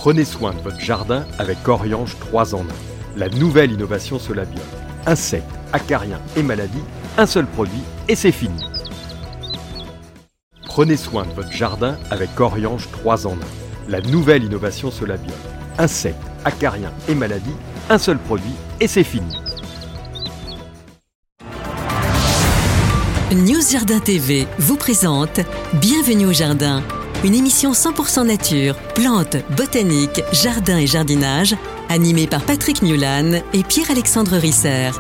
Prenez soin de votre jardin avec Oriange 3 en 1. La nouvelle innovation Solabio. Insectes, acariens et maladies, un seul produit et c'est fini. Prenez soin de votre jardin avec Oriange 3 en 1. La nouvelle innovation Solabio. Insectes, acariens et maladies, un seul produit et c'est fini. News Jardin TV vous présente Bienvenue au Jardin, une émission 100% nature, plantes, botanique, jardin et jardinage, animée par Patrick Newlan et Pierre-Alexandre Risser.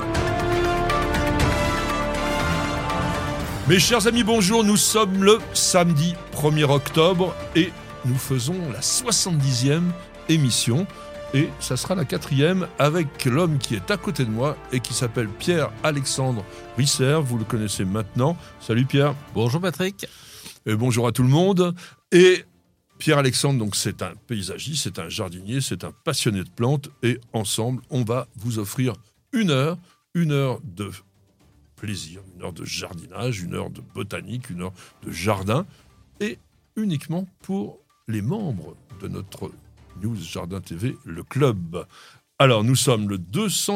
Mes chers amis, bonjour, nous sommes le samedi 1er octobre et nous faisons la 70e émission. Et ça sera la 4e avec l'homme qui est à côté de moi et qui s'appelle Pierre-Alexandre Risser. Vous le connaissez maintenant. Salut Pierre. Bonjour Patrick. Et bonjour à tout le monde. Et Pierre-Alexandre, donc, c'est un paysagiste, c'est un jardinier, c'est un passionné de plantes. Et ensemble, on va vous offrir une heure de plaisir, une heure de jardinage, une heure de botanique, une heure de jardin. Et uniquement pour les membres de notre News Jardin TV, le club. Alors, nous sommes le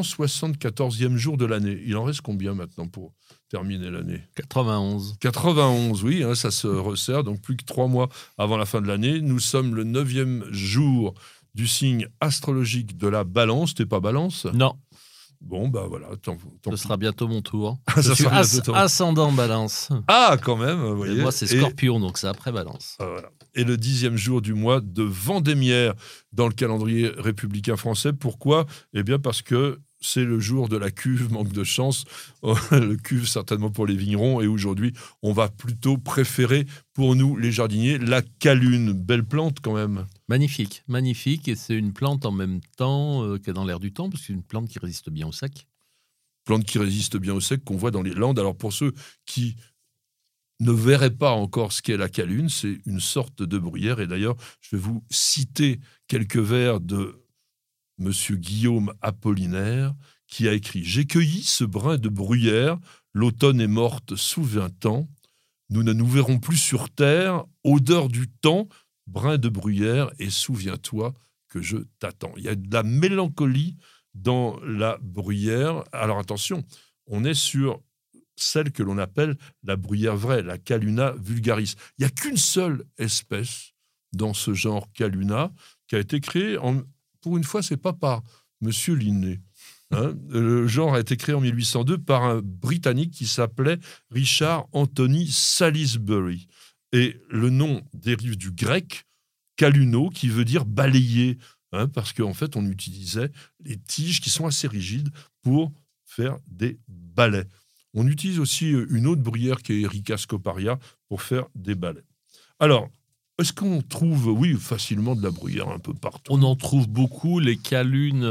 274e jour de l'année. Il en reste combien maintenant pour terminer l'année ? 91. 91, oui, hein, ça se resserre, donc plus que 3 mois avant la fin de l'année. Nous sommes le 9e jour du signe astrologique de la Balance. T'es pas Balance ? Non. Bon, bah voilà. Ce sera bientôt mon tour. Ça Je sera suis bientôt. ascendant Balance. Ah, quand même, vous voyez. Et moi, c'est Scorpion, donc c'est après Balance. Voilà. Et le 10e jour du mois de Vendémiaire dans le calendrier républicain français. Pourquoi ? Eh bien parce que c'est le jour de la cuve, manque de chance. Le cuve certainement pour les vignerons. Et aujourd'hui, on va plutôt préférer pour nous, les jardiniers, la calune. Belle plante quand même. Magnifique, magnifique. Et c'est une plante en même temps qui est dans l'air du temps, parce que c'est une plante qui résiste bien au sec. Plante qui résiste bien au sec qu'on voit dans les Landes. Alors pour ceux qui ne verrait pas encore ce qu'est la calune, c'est une sorte de bruyère. Et d'ailleurs, je vais vous citer quelques vers de Monsieur Guillaume Apollinaire, qui a écrit « J'ai cueilli ce brin de bruyère, l'automne est morte sous 20 ans, nous ne nous verrons plus sur terre, odeur du temps, brin de bruyère, et souviens-toi que je t'attends. » Il y a de la mélancolie dans la bruyère. Alors attention, on est sur celle que l'on appelle la bruyère vraie, la Calluna vulgaris. Il n'y a qu'une seule espèce dans ce genre Calluna qui a été créée, pour une fois, ce n'est pas par Monsieur Linné. Hein. Le genre a été créé en 1802 par un Britannique qui s'appelait Richard Anthony Salisbury. Et le nom dérive du grec Calluno, qui veut dire balayer, hein, parce qu'en fait, on utilisait les tiges qui sont assez rigides pour faire des balais. On utilise aussi une autre bruyère qui est Erica scoparia pour faire des balais. Alors, est-ce qu'on trouve, oui, facilement de la bruyère un peu partout ? On en trouve beaucoup. Les calunes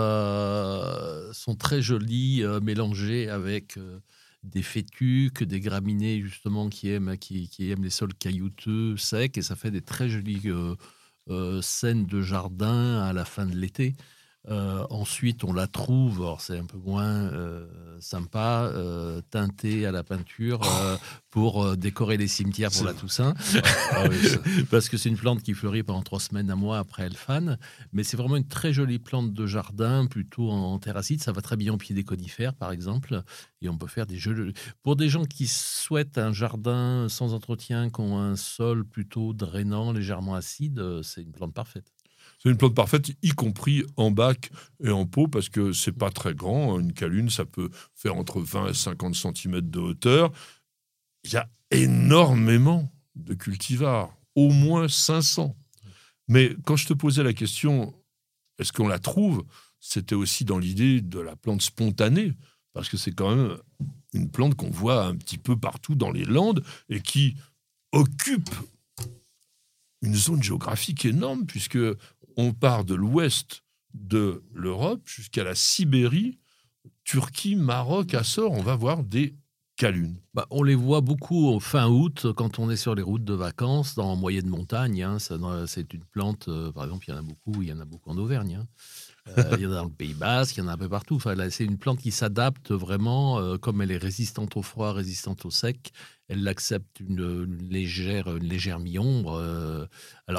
sont très jolies, mélangées avec des fétuques, des graminées justement qui aiment les sols caillouteux, secs, et ça fait des très jolies scènes de jardin à la fin de l'été. Ensuite, on la trouve, alors c'est un peu moins sympa, teintée à la peinture pour décorer les cimetières pour la Toussaint. Ah oui, Parce que c'est une plante qui fleurit pendant 3 semaines, un mois après elle fane. Mais c'est vraiment une très jolie plante de jardin, plutôt en terracite. Ça va très bien au pied des conifères, par exemple. Et on peut faire des jeux. Pour des gens qui souhaitent un jardin sans entretien, qui ont un sol plutôt drainant, légèrement acide, c'est une plante parfaite. C'est une plante parfaite, y compris en bac et en pot, parce que c'est pas très grand. Une calune, ça peut faire entre 20 et 50 cm de hauteur. Il y a énormément de cultivars, au moins 500. Mais quand je te posais la question, est-ce qu'on la trouve ? C'était aussi dans l'idée de la plante spontanée, parce que c'est quand même une plante qu'on voit un petit peu partout dans les Landes et qui occupe une zone géographique énorme, puisque on part de l'ouest de l'Europe jusqu'à la Sibérie, Turquie, Maroc, Açores. On va voir des calunes? On les voit beaucoup au fin août, quand on est sur les routes de vacances, en moyenne montagne. C'est une plante, par exemple, il y en a beaucoup en Auvergne. Il y en a dans le Pays Basque, il y en a un peu partout. C'est une plante qui s'adapte vraiment, comme elle est résistante au froid, résistante au sec. Elle accepte une légère mi-ombre.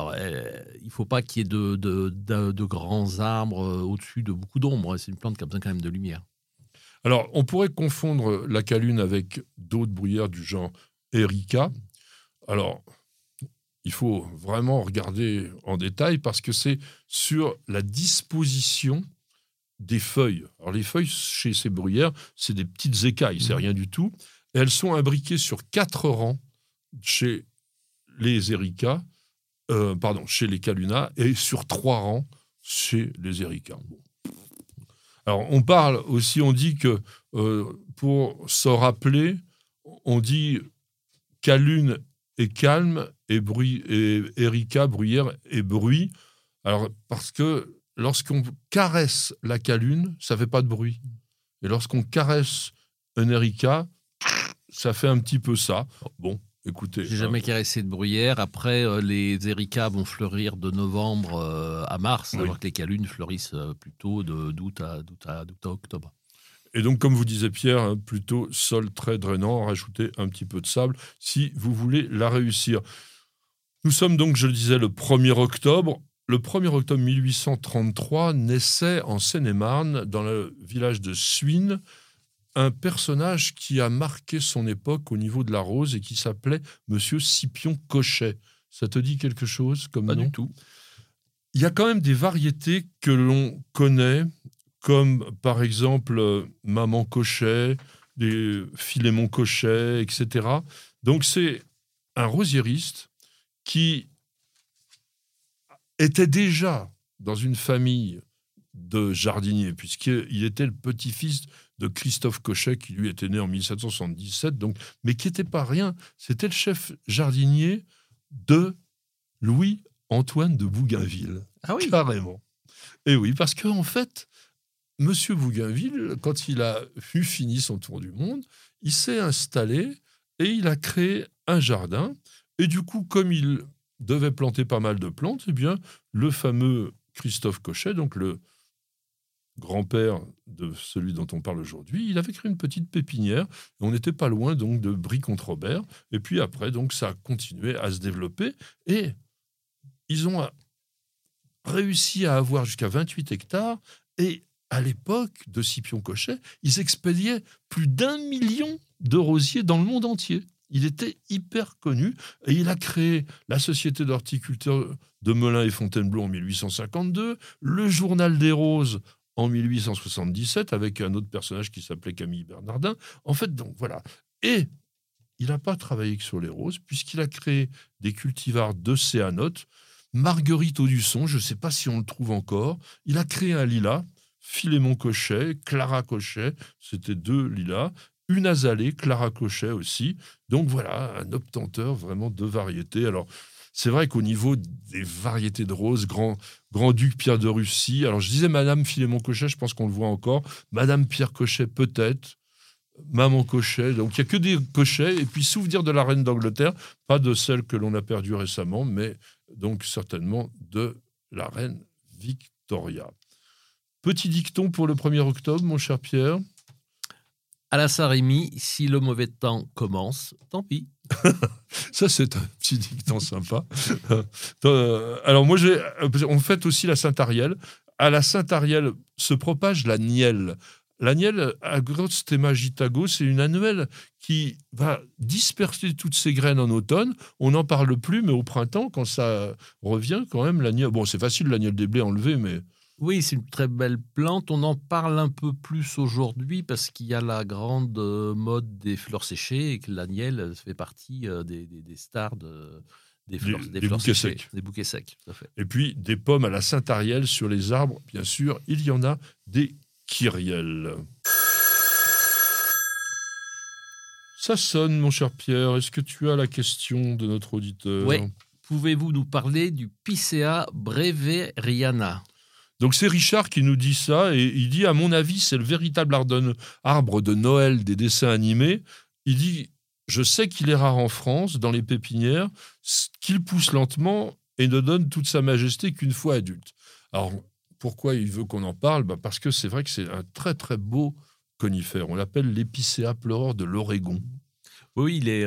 Il ne faut pas qu'il y ait de grands arbres au-dessus de beaucoup d'ombre. C'est une plante qui a besoin quand même de lumière. Alors, on pourrait confondre la calune avec d'autres bruyères du genre Erica. Alors, il faut vraiment regarder en détail parce que c'est sur la disposition des feuilles. Alors, les feuilles, chez ces bruyères, c'est des petites écailles, c'est rien du tout. Et elles sont imbriquées sur 4 rangs chez les Erica, chez les Calunas, et sur 3 rangs chez les Erica. Bon. Alors, on parle aussi, on dit que pour se rappeler, on dit calune et calme, et Erica, bruyère et bruit. Alors, parce que lorsqu'on caresse la calune, ça ne fait pas de bruit. Et lorsqu'on caresse un Erica, ça fait un petit peu ça. Bon, écoutez. J'ai jamais caressé de bruyère. Après, les Ericas vont fleurir de novembre à mars, alors que les calunes fleurissent plutôt d'août à octobre. Et donc, comme vous disait Pierre, plutôt sol très drainant, rajouter un petit peu de sable si vous voulez la réussir. Nous sommes donc, je le disais, le 1er octobre. Le 1er octobre 1833 naissait en Seine-et-Marne, dans le village de Suines, un personnage qui a marqué son époque au niveau de la rose et qui s'appelait Monsieur Scipion Cochet. Ça te dit quelque chose comme nom ? Pas du tout. Il y a quand même des variétés que l'on connaît, comme par exemple Maman Cochet, des Philémon Cochet, etc. Donc c'est un rosiériste qui était déjà dans une famille de jardiniers, puisqu'il était le petit-fils de Christophe Cochet, qui lui était né en 1777, donc, mais qui n'était pas rien. C'était le chef jardinier de Louis-Antoine de Bougainville. Ah oui. Carrément. Et oui, parce qu'en fait, Monsieur Bougainville, quand il a eu fini son tour du monde, il s'est installé et il a créé un jardin. Et du coup, comme il devait planter pas mal de plantes, eh bien, le fameux Christophe Cochet, donc le grand-père de celui dont on parle aujourd'hui, il avait créé une petite pépinière. On n'était pas loin donc de Brie-contre-Robert. Et puis après, donc, ça a continué à se développer. Et ils ont réussi à avoir jusqu'à 28 hectares. Et à l'époque de Scipion Cochet, ils expédiaient plus d'1 million de rosiers dans le monde entier. Il était hyper connu et il a créé la Société d'horticulture de Melun et Fontainebleau en 1852, le Journal des Roses en 1877 avec un autre personnage qui s'appelait Camille Bernardin. En fait, donc voilà. Et il n'a pas travaillé que sur les roses puisqu'il a créé des cultivars de céanotes. Marguerite Audusson, je ne sais pas si on le trouve encore. Il a créé un lilas, Philémon Cochet, Clara Cochet, c'était 2 lilas. Une azalée, Clara Cochet aussi. Donc voilà, un obtenteur vraiment de variétés. Alors, c'est vrai qu'au niveau des variétés de roses, Grand-Duc Pierre de Russie, alors je disais Madame Philémon Cochet, je pense qu'on le voit encore. Madame Pierre Cochet, peut-être. Maman Cochet. Donc, il n'y a que des Cochets. Et puis, souvenir de la reine d'Angleterre, pas de celle que l'on a perdue récemment, mais donc certainement de la reine Victoria. Petit dicton pour le 1er octobre, mon cher Pierre. À la Saint-Rémy, si le mauvais temps commence, tant pis. Ça, c'est un petit dicton sympa. Alors, moi, on fête aussi la Sainte-Arielle. À la Sainte-Arielle se propage la nielle. La nielle, Agrostemma gitago, c'est une annuelle qui va disperser toutes ses graines en automne. On n'en parle plus, mais au printemps, quand ça revient, quand même, la nielle... Bon, c'est facile, la nielle des blés à enlever, mais... Oui, c'est une très belle plante. On en parle un peu plus aujourd'hui parce qu'il y a la grande mode des fleurs séchées et que la nielle fait partie des stars des fleurs bouquets séchées. secs. Des bouquets secs, tout à fait. Et puis, des pommes à la Sainte-Arielle sur les arbres, bien sûr, il y en a des kyrielles. Ça sonne, mon cher Pierre. Est-ce que tu as la question de notre auditeur ? Oui. Pouvez-vous nous parler du Picea breveriana ? Donc c'est Richard qui nous dit ça, et il dit, à mon avis, c'est le véritable arbre de Noël des dessins animés. il dit « Je sais qu'il est rare en France, dans les pépinières, qu'il pousse lentement et ne donne toute sa majesté qu'une fois adulte. » Alors, pourquoi il veut qu'on en parle ? Parce que c'est vrai que c'est un très, très beau conifère. On l'appelle l'épicéa pleureur de l'Oregon. Oui, il est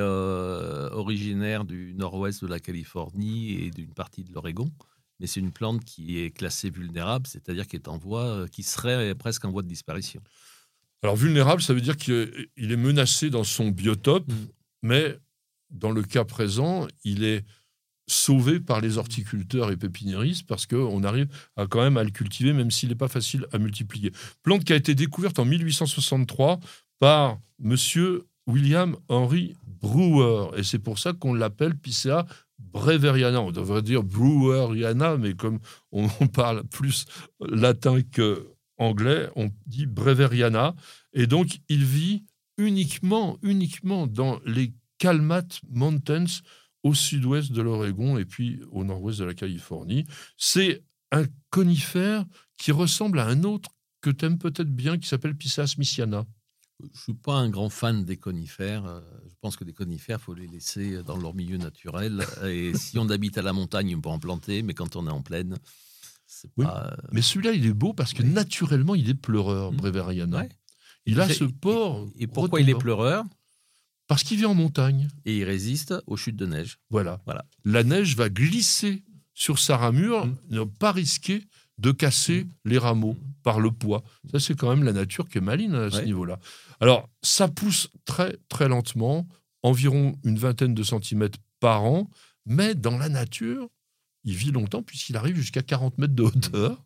originaire du nord-ouest de la Californie et d'une partie de l'Oregon. Mais c'est une plante qui est classée vulnérable, c'est-à-dire qui serait presque en voie de disparition. Alors, vulnérable, ça veut dire qu'il est menacé dans son biotope, mais dans le cas présent, il est sauvé par les horticulteurs et pépiniéristes parce qu'on arrive quand même à le cultiver, même s'il n'est pas facile à multiplier. Plante qui a été découverte en 1863 par monsieur William Henry Brewer, et c'est pour ça qu'on l'appelle Picea breveriana. On devrait dire breweriana, mais comme on parle plus latin que anglais, on dit breveriana, et donc il vit uniquement dans les Calmette Mountains au sud-ouest de l'Oregon et puis au nord-ouest de la Californie. C'est un conifère qui ressemble à un autre que tu aimes peut-être bien, qui s'appelle Picea smithsoniana. Je ne suis pas un grand fan des conifères. Je pense que les conifères, il faut les laisser dans leur milieu naturel. Et si on habite à la montagne, on peut en planter, mais quand on est en plaine, c'est pas... Mais celui-là, il est beau parce que naturellement, il est pleureur, breveriana. Ouais. Il a ce port. Et pourquoi il est pleureur ? Parce qu'il vit en montagne. Et il résiste aux chutes de neige. Voilà. La neige va glisser sur sa ramure, ne pas risquer de casser les rameaux par le poids. Ça, c'est quand même la nature qui est maligne à ce niveau-là. Alors, ça pousse très, très lentement, environ une vingtaine de centimètres par an, mais dans la nature, il vit longtemps puisqu'il arrive jusqu'à 40 mètres de hauteur.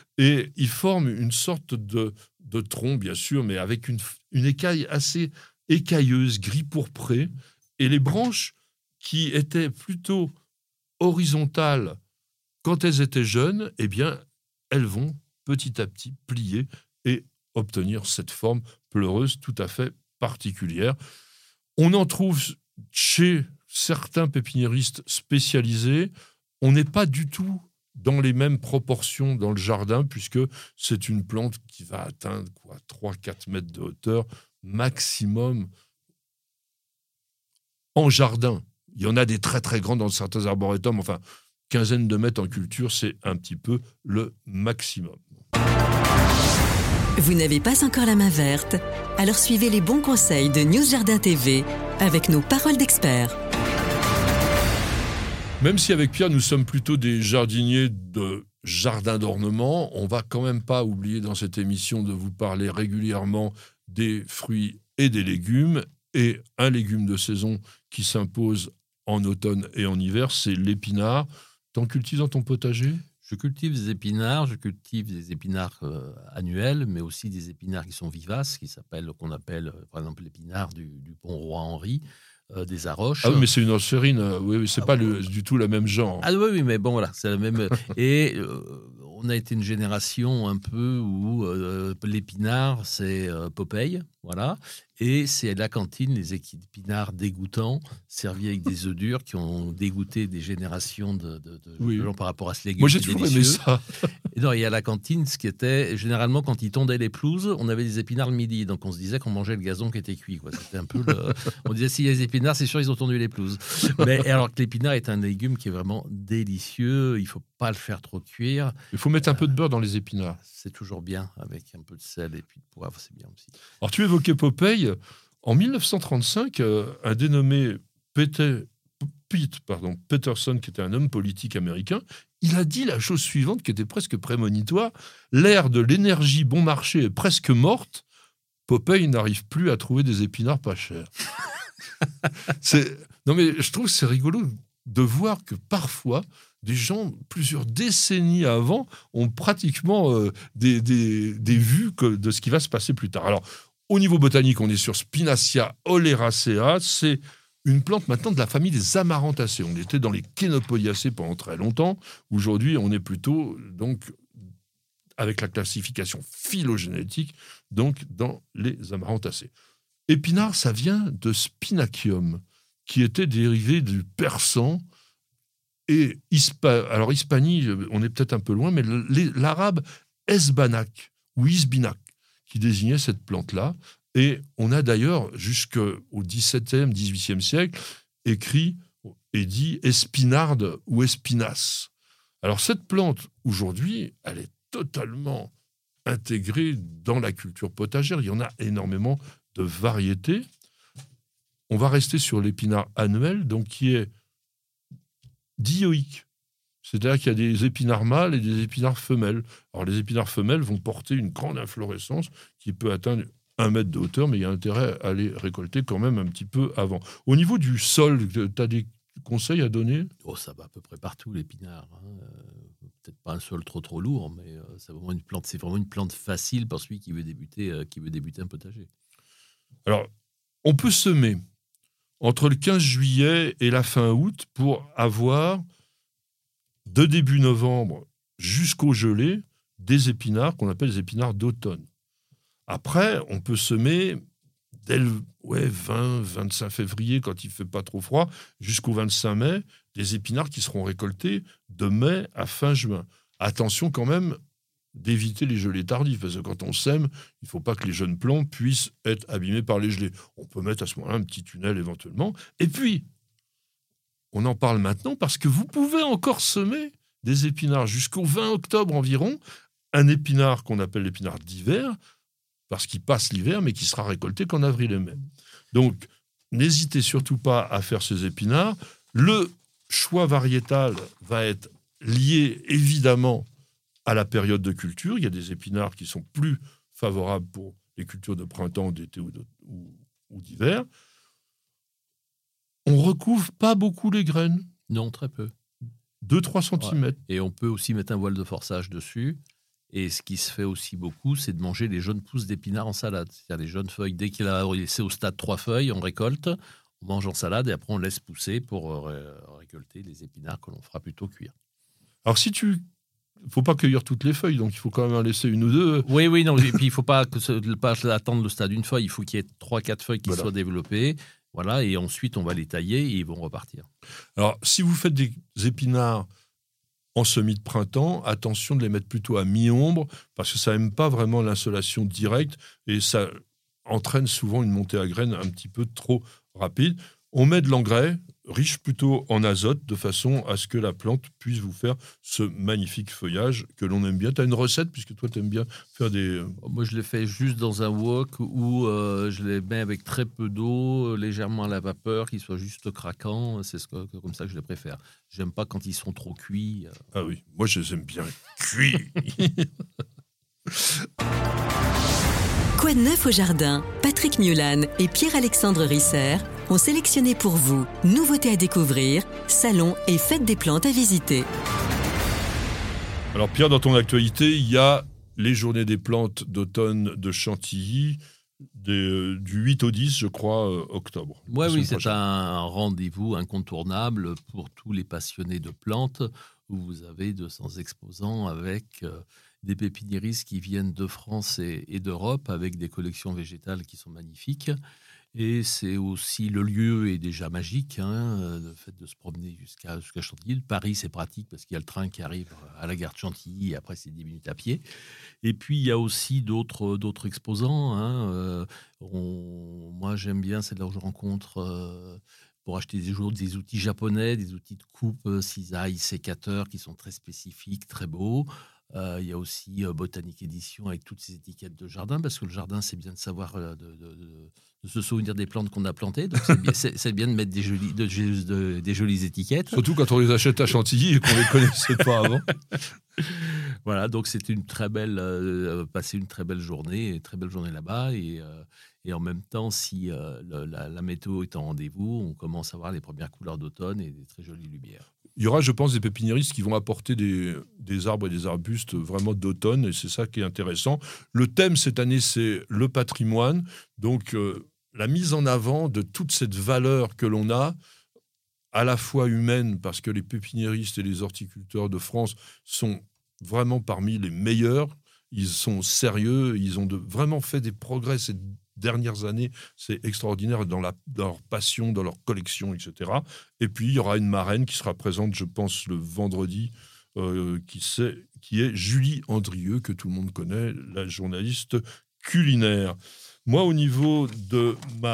Et il forme une sorte de tronc, bien sûr, mais avec une écaille assez écailleuse, gris pourpré, et les branches qui étaient plutôt horizontales quand elles étaient jeunes, eh bien, elles vont petit à petit plier et obtenir cette forme pleureuse tout à fait particulière. On en trouve chez certains pépiniéristes spécialisés. On n'est pas du tout dans les mêmes proportions dans le jardin, puisque c'est une plante qui va atteindre 3-4 mètres de hauteur maximum en jardin. Il y en a des très très grands dans certains arboretums, enfin, quinzaine de mètres en culture, c'est un petit peu le maximum. Vous n'avez pas encore la main verte? Alors suivez les bons conseils de News Jardin TV avec nos paroles d'experts. Même si avec Pierre, nous sommes plutôt des jardiniers de jardin d'ornement, on ne va quand même pas oublier dans cette émission de vous parler régulièrement des fruits et des légumes. Et un légume de saison qui s'impose en automne et en hiver, c'est l'épinard. T'en cultives dans ton potager ? Je cultive des épinards annuels, mais aussi des épinards qui sont vivaces, qu'on appelle par exemple l'épinard du bon roi Henri, des Arroches. Ah oui, mais c'est une orchérine, oui, c'est pas du tout le même genre. Ah oui, mais bon, voilà, c'est la même. Et on a été une génération un peu où l'épinard, c'est Popeye, voilà. Et c'est à la cantine les épinards dégoûtants, servis avec des œufs durs qui ont dégoûté des générations de gens par rapport à ce légume. Moi, j'ai toujours aimé ça. Et non, et à la cantine, ce qui était, généralement, quand ils tondaient les pelouses, on avait des épinards le midi. Donc, on se disait qu'on mangeait le gazon qui était cuit, quoi. C'était un peu on disait, s'il y a des épinards, c'est sûr, ils ont tondu les pelouses. Mais alors que l'épinard est un légume qui est vraiment délicieux. Il ne faut pas le faire trop cuire. Il faut mettre un peu de beurre dans les épinards. C'est toujours bien, avec un peu de sel et puis de poivre, c'est bien aussi. Alors, tu évoquais Popeye. En 1935, un dénommé Peterson, qui était un homme politique américain, il a dit la chose suivante qui était presque prémonitoire. L'ère de l'énergie bon marché est presque morte. Popeye n'arrive plus à trouver des épinards pas chers. Non, mais je trouve que c'est rigolo de voir que parfois, des gens, plusieurs décennies avant, ont pratiquement des vues de ce qui va se passer plus tard. Alors, au niveau botanique, on est sur Spinacia oleracea. C'est une plante maintenant de la famille des Amaranthaceae. On était dans les Chenopodiacées pendant très longtemps. Aujourd'hui, on est plutôt donc avec la classification phylogénétique, donc dans les Amaranthaceae. Épinard, ça vient de Spinacium, qui était dérivé du persan. Et alors Hispanie, on est peut-être un peu loin, mais l'arabe esbanak ou isbinak, qui désignait cette plante-là, Et on a d'ailleurs, jusqu'au XVIIe, XVIIIe siècle, écrit et dit espinarde ou espinasse. Alors cette plante, aujourd'hui, elle est totalement intégrée dans la culture potagère. Il y en a énormément de variétés. On va rester sur l'épinard annuel, donc qui est dioïque. C'est-à-dire qu'il y a des épinards mâles et des épinards femelles. Alors les épinards femelles vont porter une grande inflorescence qui peut atteindre 1 mètre de hauteur, mais il y a intérêt à les récolter quand même un petit peu avant. Au niveau du sol, tu as des conseils à donner ? Ça va à peu près partout, l'épinard. Peut-être pas un sol trop lourd, mais c'est vraiment une plante facile pour celui qui veut débuter un potager. Alors, on peut semer entre le 15 juillet et la fin août pour avoir, de début novembre jusqu'au gelé, des épinards qu'on appelle les épinards d'automne. Après, on peut semer dès le 20-25 février, quand il ne fait pas trop froid, jusqu'au 25 mai, des épinards qui seront récoltés de mai à fin juin. Attention quand même d'éviter les gelées tardives, parce que quand on sème, il ne faut pas que les jeunes plants puissent être abîmés par les gelées. On peut mettre à ce moment-là un petit tunnel éventuellement. Et puis, on en parle maintenant parce que vous pouvez encore semer des épinards jusqu'au 20 octobre environ, un épinard qu'on appelle l'épinard d'hiver, parce qu'il passe l'hiver, mais qui sera récolté qu'en avril et mai. Donc, n'hésitez surtout pas à faire ces épinards. Le choix variétal va être lié évidemment à la période de culture. Il y a des épinards qui sont plus favorables pour les cultures de printemps, d'été ou d'hiver. On ne recouvre pas beaucoup les graines. Non, très peu. 2-3 cm. Ouais. Et on peut aussi mettre un voile de forçage dessus. Et ce qui se fait aussi beaucoup, c'est de manger les jeunes pousses d'épinards en salade. C'est-à-dire les jeunes feuilles, dès qu'il a laissé au stade 3 feuilles, on récolte, on mange en salade et après on laisse pousser pour récolter les épinards que l'on fera plutôt cuire. Alors il ne faut pas cueillir toutes les feuilles, donc il faut quand même en laisser une ou deux. Oui, non, et puis il ne faut pas attendre le stade d'une feuille, il faut qu'il y ait 3-4 feuilles qui soient développées. Voilà, et ensuite on va les tailler et ils vont repartir. Alors si vous faites des épinards en semis de printemps, attention de les mettre plutôt à mi-ombre, parce que ça n'aime pas vraiment l'insolation directe, et ça entraîne souvent une montée à graines un petit peu trop rapide. On met de l'engrais, riche plutôt en azote, de façon à ce que la plante puisse vous faire ce magnifique feuillage que l'on aime bien. Tu as une recette, puisque toi, tu aimes bien faire des... Moi, je les fais juste dans un wok où je les mets avec très peu d'eau, légèrement à la vapeur, qu'ils soient juste craquants. C'est comme ça que je les préfère. J'aime pas quand ils sont trop cuits. Ah oui, moi, je les aime bien cuits. Quoi de neuf au jardin ? Patrick Mulan et Pierre-Alexandre Risser ont sélectionné pour vous nouveautés à découvrir, salons et fêtes des plantes à visiter. Alors Pierre, dans ton actualité, il y a les journées des plantes d'automne de Chantilly, du 8 au 10, je crois, octobre. Oui, c'est un rendez-vous incontournable pour tous les passionnés de plantes, où vous avez 200 exposants avec... des pépiniéristes qui viennent de France et d'Europe avec des collections végétales qui sont magnifiques. Et c'est aussi, le lieu est déjà magique, le fait de se promener jusqu'à Chantilly. Paris, c'est pratique parce qu'il y a le train qui arrive à la gare de Chantilly et après, c'est 10 minutes à pied. Et puis, il y a aussi d'autres exposants. Moi, j'aime bien, c'est là où je rencontre... pour acheter des outils japonais, des outils de coupe, cisaille, sécateur qui sont très spécifiques, très beaux. Il y a aussi Botanique Édition avec toutes ces étiquettes de jardin, parce que le jardin, c'est bien de savoir, de se souvenir des plantes qu'on a plantées. Donc c'est bien de mettre des jolies étiquettes. Surtout quand on les achète à Chantilly et qu'on ne les connaissait pas avant. Voilà, donc c'était passer une très belle journée là-bas. Et en même temps, si la météo est en rendez-vous, on commence à voir les premières couleurs d'automne et des très jolies lumières. Il y aura, je pense, des pépiniéristes qui vont apporter des arbres et des arbustes vraiment d'automne, et c'est ça qui est intéressant. Le thème cette année, c'est le patrimoine, donc la mise en avant de toute cette valeur que l'on a, à la fois humaine, parce que les pépiniéristes et les horticulteurs de France sont vraiment parmi les meilleurs. Ils sont sérieux, ils ont vraiment fait des progrès ces dernières années. C'est extraordinaire dans leur passion, dans leur collection, etc. Et puis, il y aura une marraine qui sera présente, je pense, le vendredi, qui est Julie Andrieux, que tout le monde connaît, la journaliste culinaire. Moi, au niveau de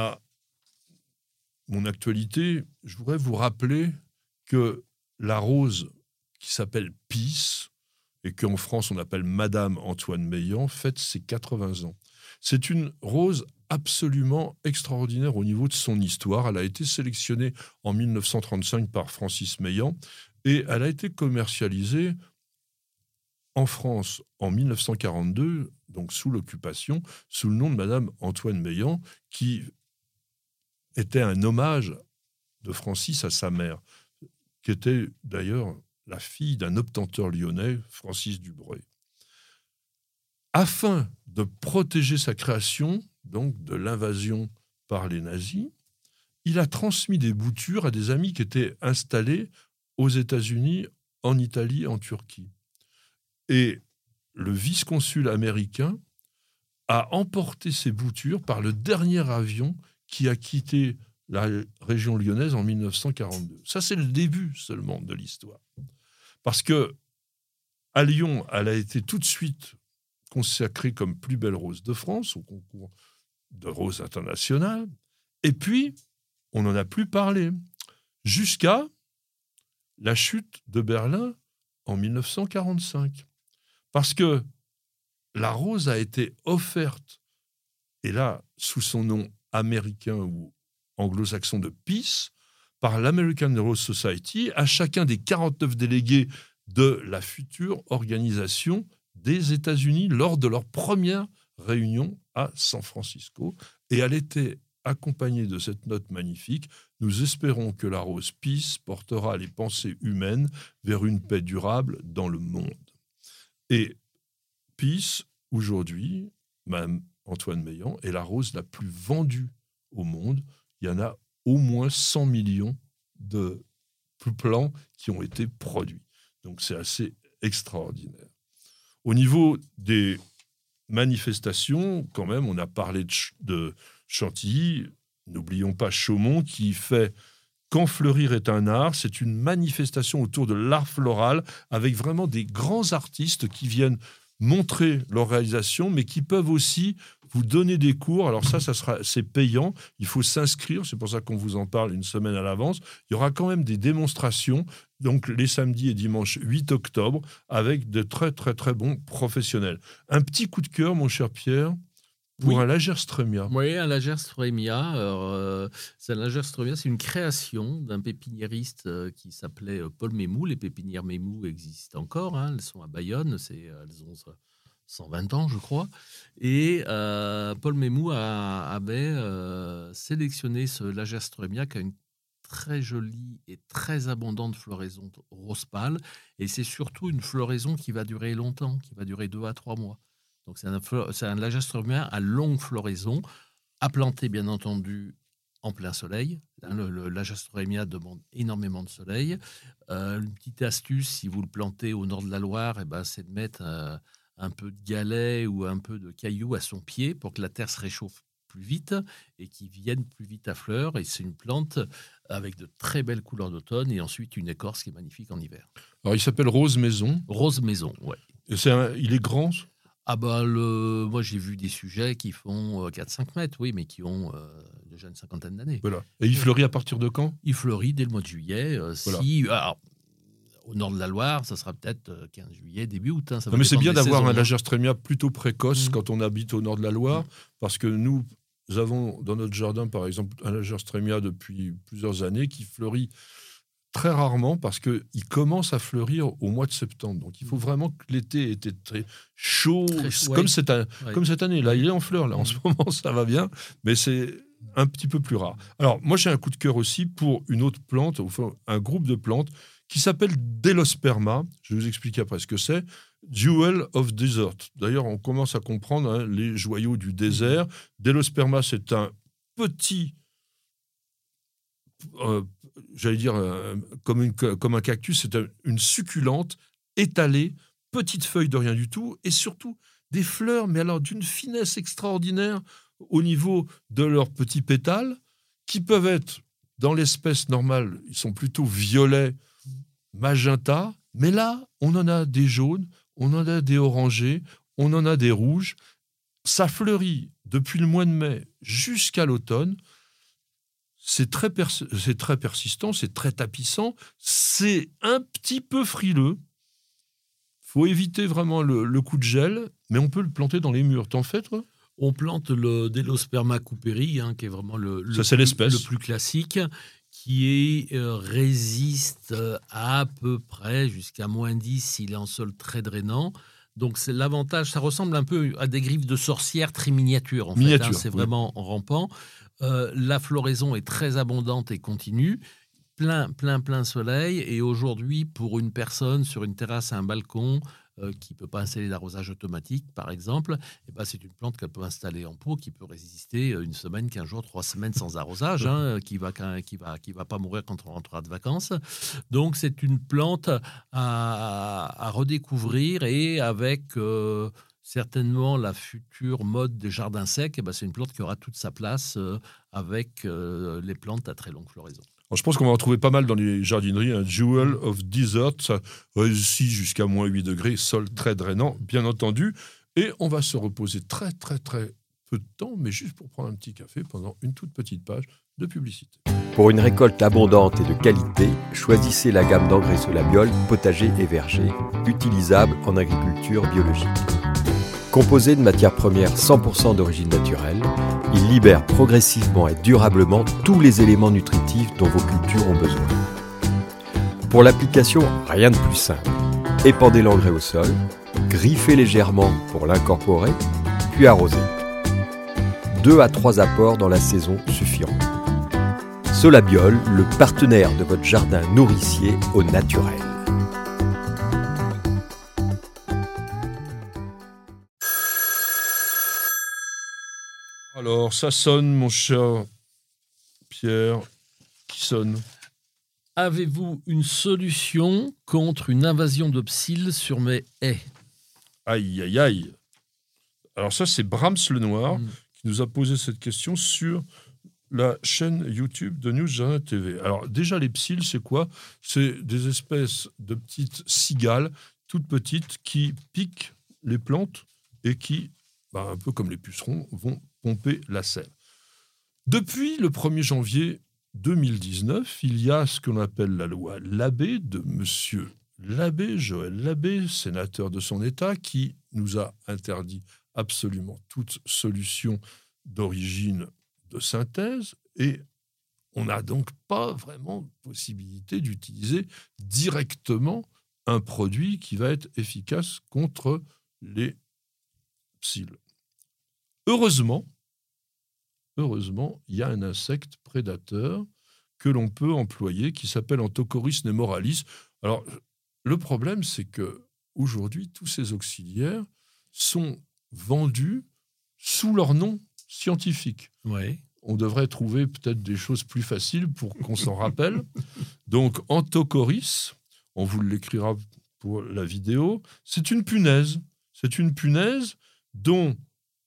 mon actualité, je voudrais vous rappeler que la rose qui s'appelle Peace, et qu'en France on appelle Madame Antoine Meillan, fête ses 80 ans. C'est une rose absolument extraordinaire au niveau de son histoire. Elle a été sélectionnée en 1935 par Francis Meillan et elle a été commercialisée en France en 1942, donc sous l'occupation, sous le nom de Madame Antoine Meillan, qui était un hommage de Francis à sa mère, qui était d'ailleurs la fille d'un obtenteur lyonnais, Francis Dubreuil. Afin de protéger sa création, donc de l'invasion par les nazis, il a transmis des boutures à des amis qui étaient installés aux États-Unis, en Italie, en Turquie. Et le vice-consul américain a emporté ces boutures par le dernier avion qui a quitté la région lyonnaise en 1942. Ça, c'est le début seulement de l'histoire. Parce que à Lyon, elle a été tout de suite consacrée comme plus belle rose de France au concours de rose internationale. Et puis, on n'en a plus parlé jusqu'à la chute de Berlin en 1945. Parce que la rose a été offerte, et là, sous son nom américain ou anglo-saxon de Peace, par l'American Rose Society à chacun des 49 délégués de la future organisation des États-Unis lors de leur première réunion à San Francisco. Et elle était accompagnée de cette note magnifique. Nous espérons que la rose Peace portera les pensées humaines vers une paix durable dans le monde. Et Peace, aujourd'hui, Mme Antoine Meillan, est la rose la plus vendue au monde. Il y en a au moins 100 millions de plants qui ont été produits. Donc c'est assez extraordinaire. Au niveau des manifestations, quand même, on a parlé de Chantilly. N'oublions pas Chaumont qui fait « Quand fleurir est un art ». C'est une manifestation autour de l'art floral avec vraiment des grands artistes qui viennent montrer leur réalisation, mais qui peuvent aussi vous donner des cours. Alors c'est payant, il faut s'inscrire, c'est pour ça qu'on vous en parle une semaine à l'avance. Il y aura quand même des démonstrations, donc les samedis et dimanches 8 octobre, avec de très très très bons professionnels. Un petit coup de cœur, mon cher Pierre, pour un Lagerströmia. Oui, un Lagerströmia. C'est une création d'un pépiniériste qui s'appelait Paul Mémou. Les pépinières Mémou existent encore. Elles sont à Bayonne. Elles ont 120 ans, je crois. Et Paul Mémou avait sélectionné ce Lagerströmia qui a une très jolie et très abondante floraison rose pâle. Et c'est surtout une floraison qui va durer longtemps, qui va durer 2 à 3 mois. Donc c'est un Lagerströmia à longue floraison, à planter bien entendu en plein soleil. Le Lagerströmia demande énormément de soleil. Une petite astuce, si vous le plantez au nord de la Loire, c'est de mettre un peu de galets ou un peu de cailloux à son pied pour que la terre se réchauffe plus vite et qu'il vienne plus vite à fleur. Et c'est une plante avec de très belles couleurs d'automne et ensuite une écorce qui est magnifique en hiver. Alors il s'appelle Rose Maison. Rose Maison, ouais. Et il est grand. Moi j'ai vu des sujets qui font 4-5 mètres, oui, mais qui ont déjà une cinquantaine d'années. Voilà. Et il fleurit à partir de quand ? Il fleurit dès le mois de juillet. Voilà. Au nord de la Loire, ça sera peut-être 15 juillet, début août. Mais c'est bien d'avoir un Lagerströmia plutôt précoce quand on habite au nord de la Loire, parce que nous avons dans notre jardin, par exemple, un Lagerströmia depuis plusieurs années qui fleurit très rarement parce qu'il commence à fleurir au mois de septembre. Donc il faut vraiment que l'été était très chaud, comme cette année. Là, il est en fleurs. Là, en ce moment, ça va bien, mais c'est un petit peu plus rare. Alors, moi, j'ai un coup de cœur aussi pour une autre plante, enfin, un groupe de plantes qui s'appelle Delosperma. Je vais vous expliquer après ce que c'est. Jewel of Desert. D'ailleurs, on commence à comprendre les joyaux du désert. Delosperma, c'est un petit... j'allais dire comme un cactus, c'est une succulente étalée, petite feuille de rien du tout, et surtout des fleurs, mais alors d'une finesse extraordinaire au niveau de leurs petits pétales, qui peuvent être, dans l'espèce normale, ils sont plutôt violets, magenta, mais là, on en a des jaunes, on en a des orangés, on en a des rouges. ça fleurit depuis le mois de mai jusqu'à l'automne. C'est très persistant, c'est très tapissant, c'est un petit peu frileux. Il faut éviter vraiment le coup de gel, mais on peut le planter dans les murs. T'en fais, toi ? On plante le Delosperma cooperi, qui est vraiment l'espèce le plus classique, qui résiste à peu près jusqu'à -10 s'il est en sol très drainant. Donc c'est l'avantage, ça ressemble un peu à des griffes de sorcière très miniatures. C'est vraiment rampant. La floraison est très abondante et continue. Plein soleil. Et aujourd'hui, pour une personne sur une terrasse à un balcon qui ne peut pas installer d'arrosage automatique, par exemple, c'est une plante qu'elle peut installer en pot, qui peut résister 1 semaine, 15 jours, 3 semaines sans arrosage, qui va pas mourir quand on rentrera de vacances. Donc, c'est une plante à redécouvrir, et avec certainement la future mode des jardins secs, c'est une plante qui aura toute sa place avec les plantes à très longue floraison. Alors, je pense qu'on va en trouver pas mal dans les jardineries. Un Jewel of Desert, ça réussit jusqu'à -8 degrés, sol très drainant, bien entendu. Et on va se reposer très peu de temps, mais juste pour prendre un petit café pendant une toute petite page de publicité. Pour une récolte abondante et de qualité, choisissez la gamme d'engrais Solabiol, potager et verger, utilisable en agriculture biologique. Composé de matières premières 100% d'origine naturelle, il libère progressivement et durablement tous les éléments nutritifs dont vos cultures ont besoin. Pour l'application, rien de plus simple. Épandez l'engrais au sol, griffez légèrement pour l'incorporer, puis arrosez. 2 à 3 apports dans la saison suffiront. Solabiol, le partenaire de votre jardin nourricier au naturel. Alors, ça sonne, mon cher Pierre, qui sonne. Avez-vous une solution contre une invasion de psylles sur mes haies ? Aïe, aïe, aïe. Alors ça, c'est Brahms le Noir qui nous a posé cette question sur la chaîne YouTube de News Jardin TV. Alors déjà, les psylles, c'est quoi ? C'est des espèces de petites cigales, toutes petites, qui piquent les plantes et qui, un peu comme les pucerons, vont pomper la sève. Depuis le 1er janvier 2019, il y a ce qu'on appelle la loi Labbé de monsieur Labbé, Joël Labbé, sénateur de son État, qui nous a interdit absolument toute solution d'origine de synthèse, et on n'a donc pas vraiment possibilité d'utiliser directement un produit qui va être efficace contre les psylles. Heureusement, il y a un insecte prédateur que l'on peut employer qui s'appelle Anthocoris nemoralis. Alors, le problème, c'est qu'aujourd'hui, tous ces auxiliaires sont vendus sous leur nom scientifique. Ouais. On devrait trouver peut-être des choses plus faciles pour qu'on s'en rappelle. Donc, Anthocoris, on vous l'écrira pour la vidéo, c'est une punaise. C'est une punaise dont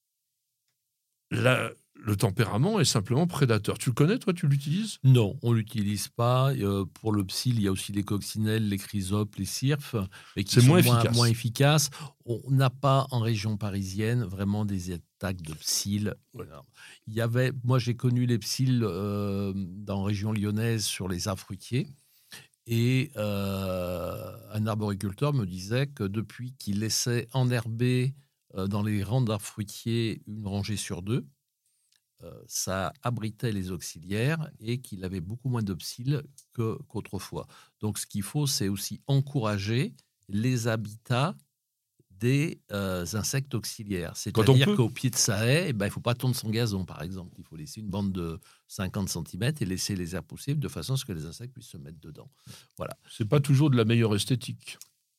le tempérament est simplement prédateur. Tu le connais, toi, tu l'utilises ? Non, on ne l'utilise pas. Pour le psylle, il y a aussi les coccinelles, les chrysopes, les cirphes, mais qui sont moins efficaces. On n'a pas en région parisienne vraiment des attaques de psylles. Ouais. Moi, j'ai connu les psylles dans la région lyonnaise sur les arbres fruitiers. Et un arboriculteur me disait que depuis qu'il laissait enherber dans les rangs d'arbres fruitiers une rangée sur 2, ça abritait les auxiliaires et qu'il avait beaucoup moins de psylles qu'autrefois. Donc, ce qu'il faut, c'est aussi encourager les habitats des insectes auxiliaires. C'est-à-dire qu'au pied de sa haie, il ne faut pas tondre son gazon, par exemple. Il faut laisser une bande de 50 cm et laisser les herbes pousser de façon à ce que les insectes puissent se mettre dedans. Voilà. Ce n'est pas toujours de la meilleure esthétique.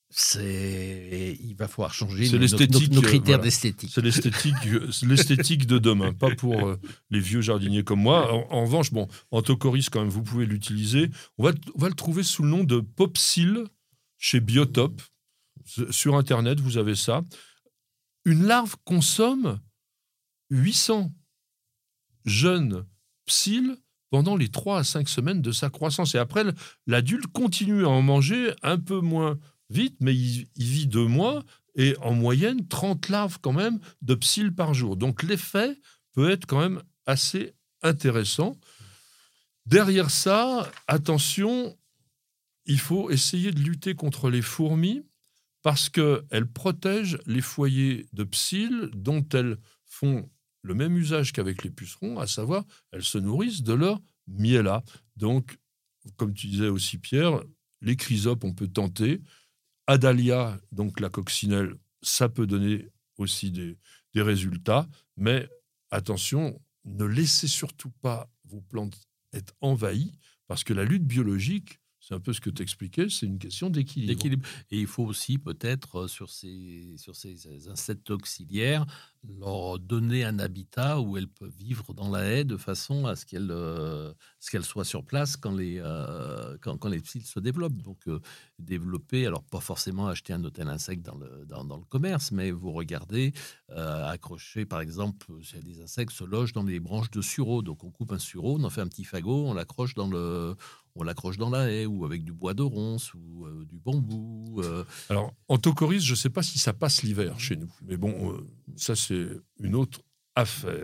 Il va falloir changer nos critères d'esthétique. C'est l'esthétique de demain, pas pour les vieux jardiniers comme moi. En revanche, Anthocoris, quand même, vous pouvez l'utiliser. On va le trouver sous le nom de Popsil chez Biotope. Sur Internet, vous avez ça. Une larve consomme 800 jeunes psylles pendant les 3 à 5 semaines de sa croissance. Et après, l'adulte continue à en manger un peu moins vite, mais il vit 2 mois et en moyenne 30 larves quand même de psylles par jour. Donc l'effet peut être quand même assez intéressant. Derrière ça, attention, il faut essayer de lutter contre les fourmis parce qu'elles protègent les foyers de psylles dont elles font le même usage qu'avec les pucerons, à savoir, elles se nourrissent de leur miella. Donc, comme tu disais aussi, Pierre, les chrysopes, on peut tenter. Adalia, donc la coccinelle, ça peut donner aussi des résultats. Mais attention, ne laissez surtout pas vos plantes être envahies, parce que la lutte biologique, c'est un peu ce que tu expliquais, c'est une question d'équilibre. Et il faut aussi peut-être, sur ces insectes auxiliaires, leur donner un habitat où elles peuvent vivre dans la haie de façon à ce qu'elles soient sur place quand les psylles se développent. Donc, développer, alors pas forcément acheter un hôtel insecte dans le commerce, mais vous regardez, accrocher, par exemple, des insectes se logent dans les branches de sureau. Donc, on coupe un sureau, on en fait un petit fagot, on l'accroche dans la haie ou avec du bois de ronce ou du bambou. Alors, Anthocoris, je ne sais pas si ça passe l'hiver chez nous. Mais bon, ça, c'est une autre affaire.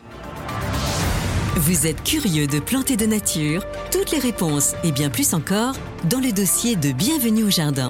Vous êtes curieux de plantes et de nature? Toutes les réponses et bien plus encore dans le dossier de Bienvenue au Jardin.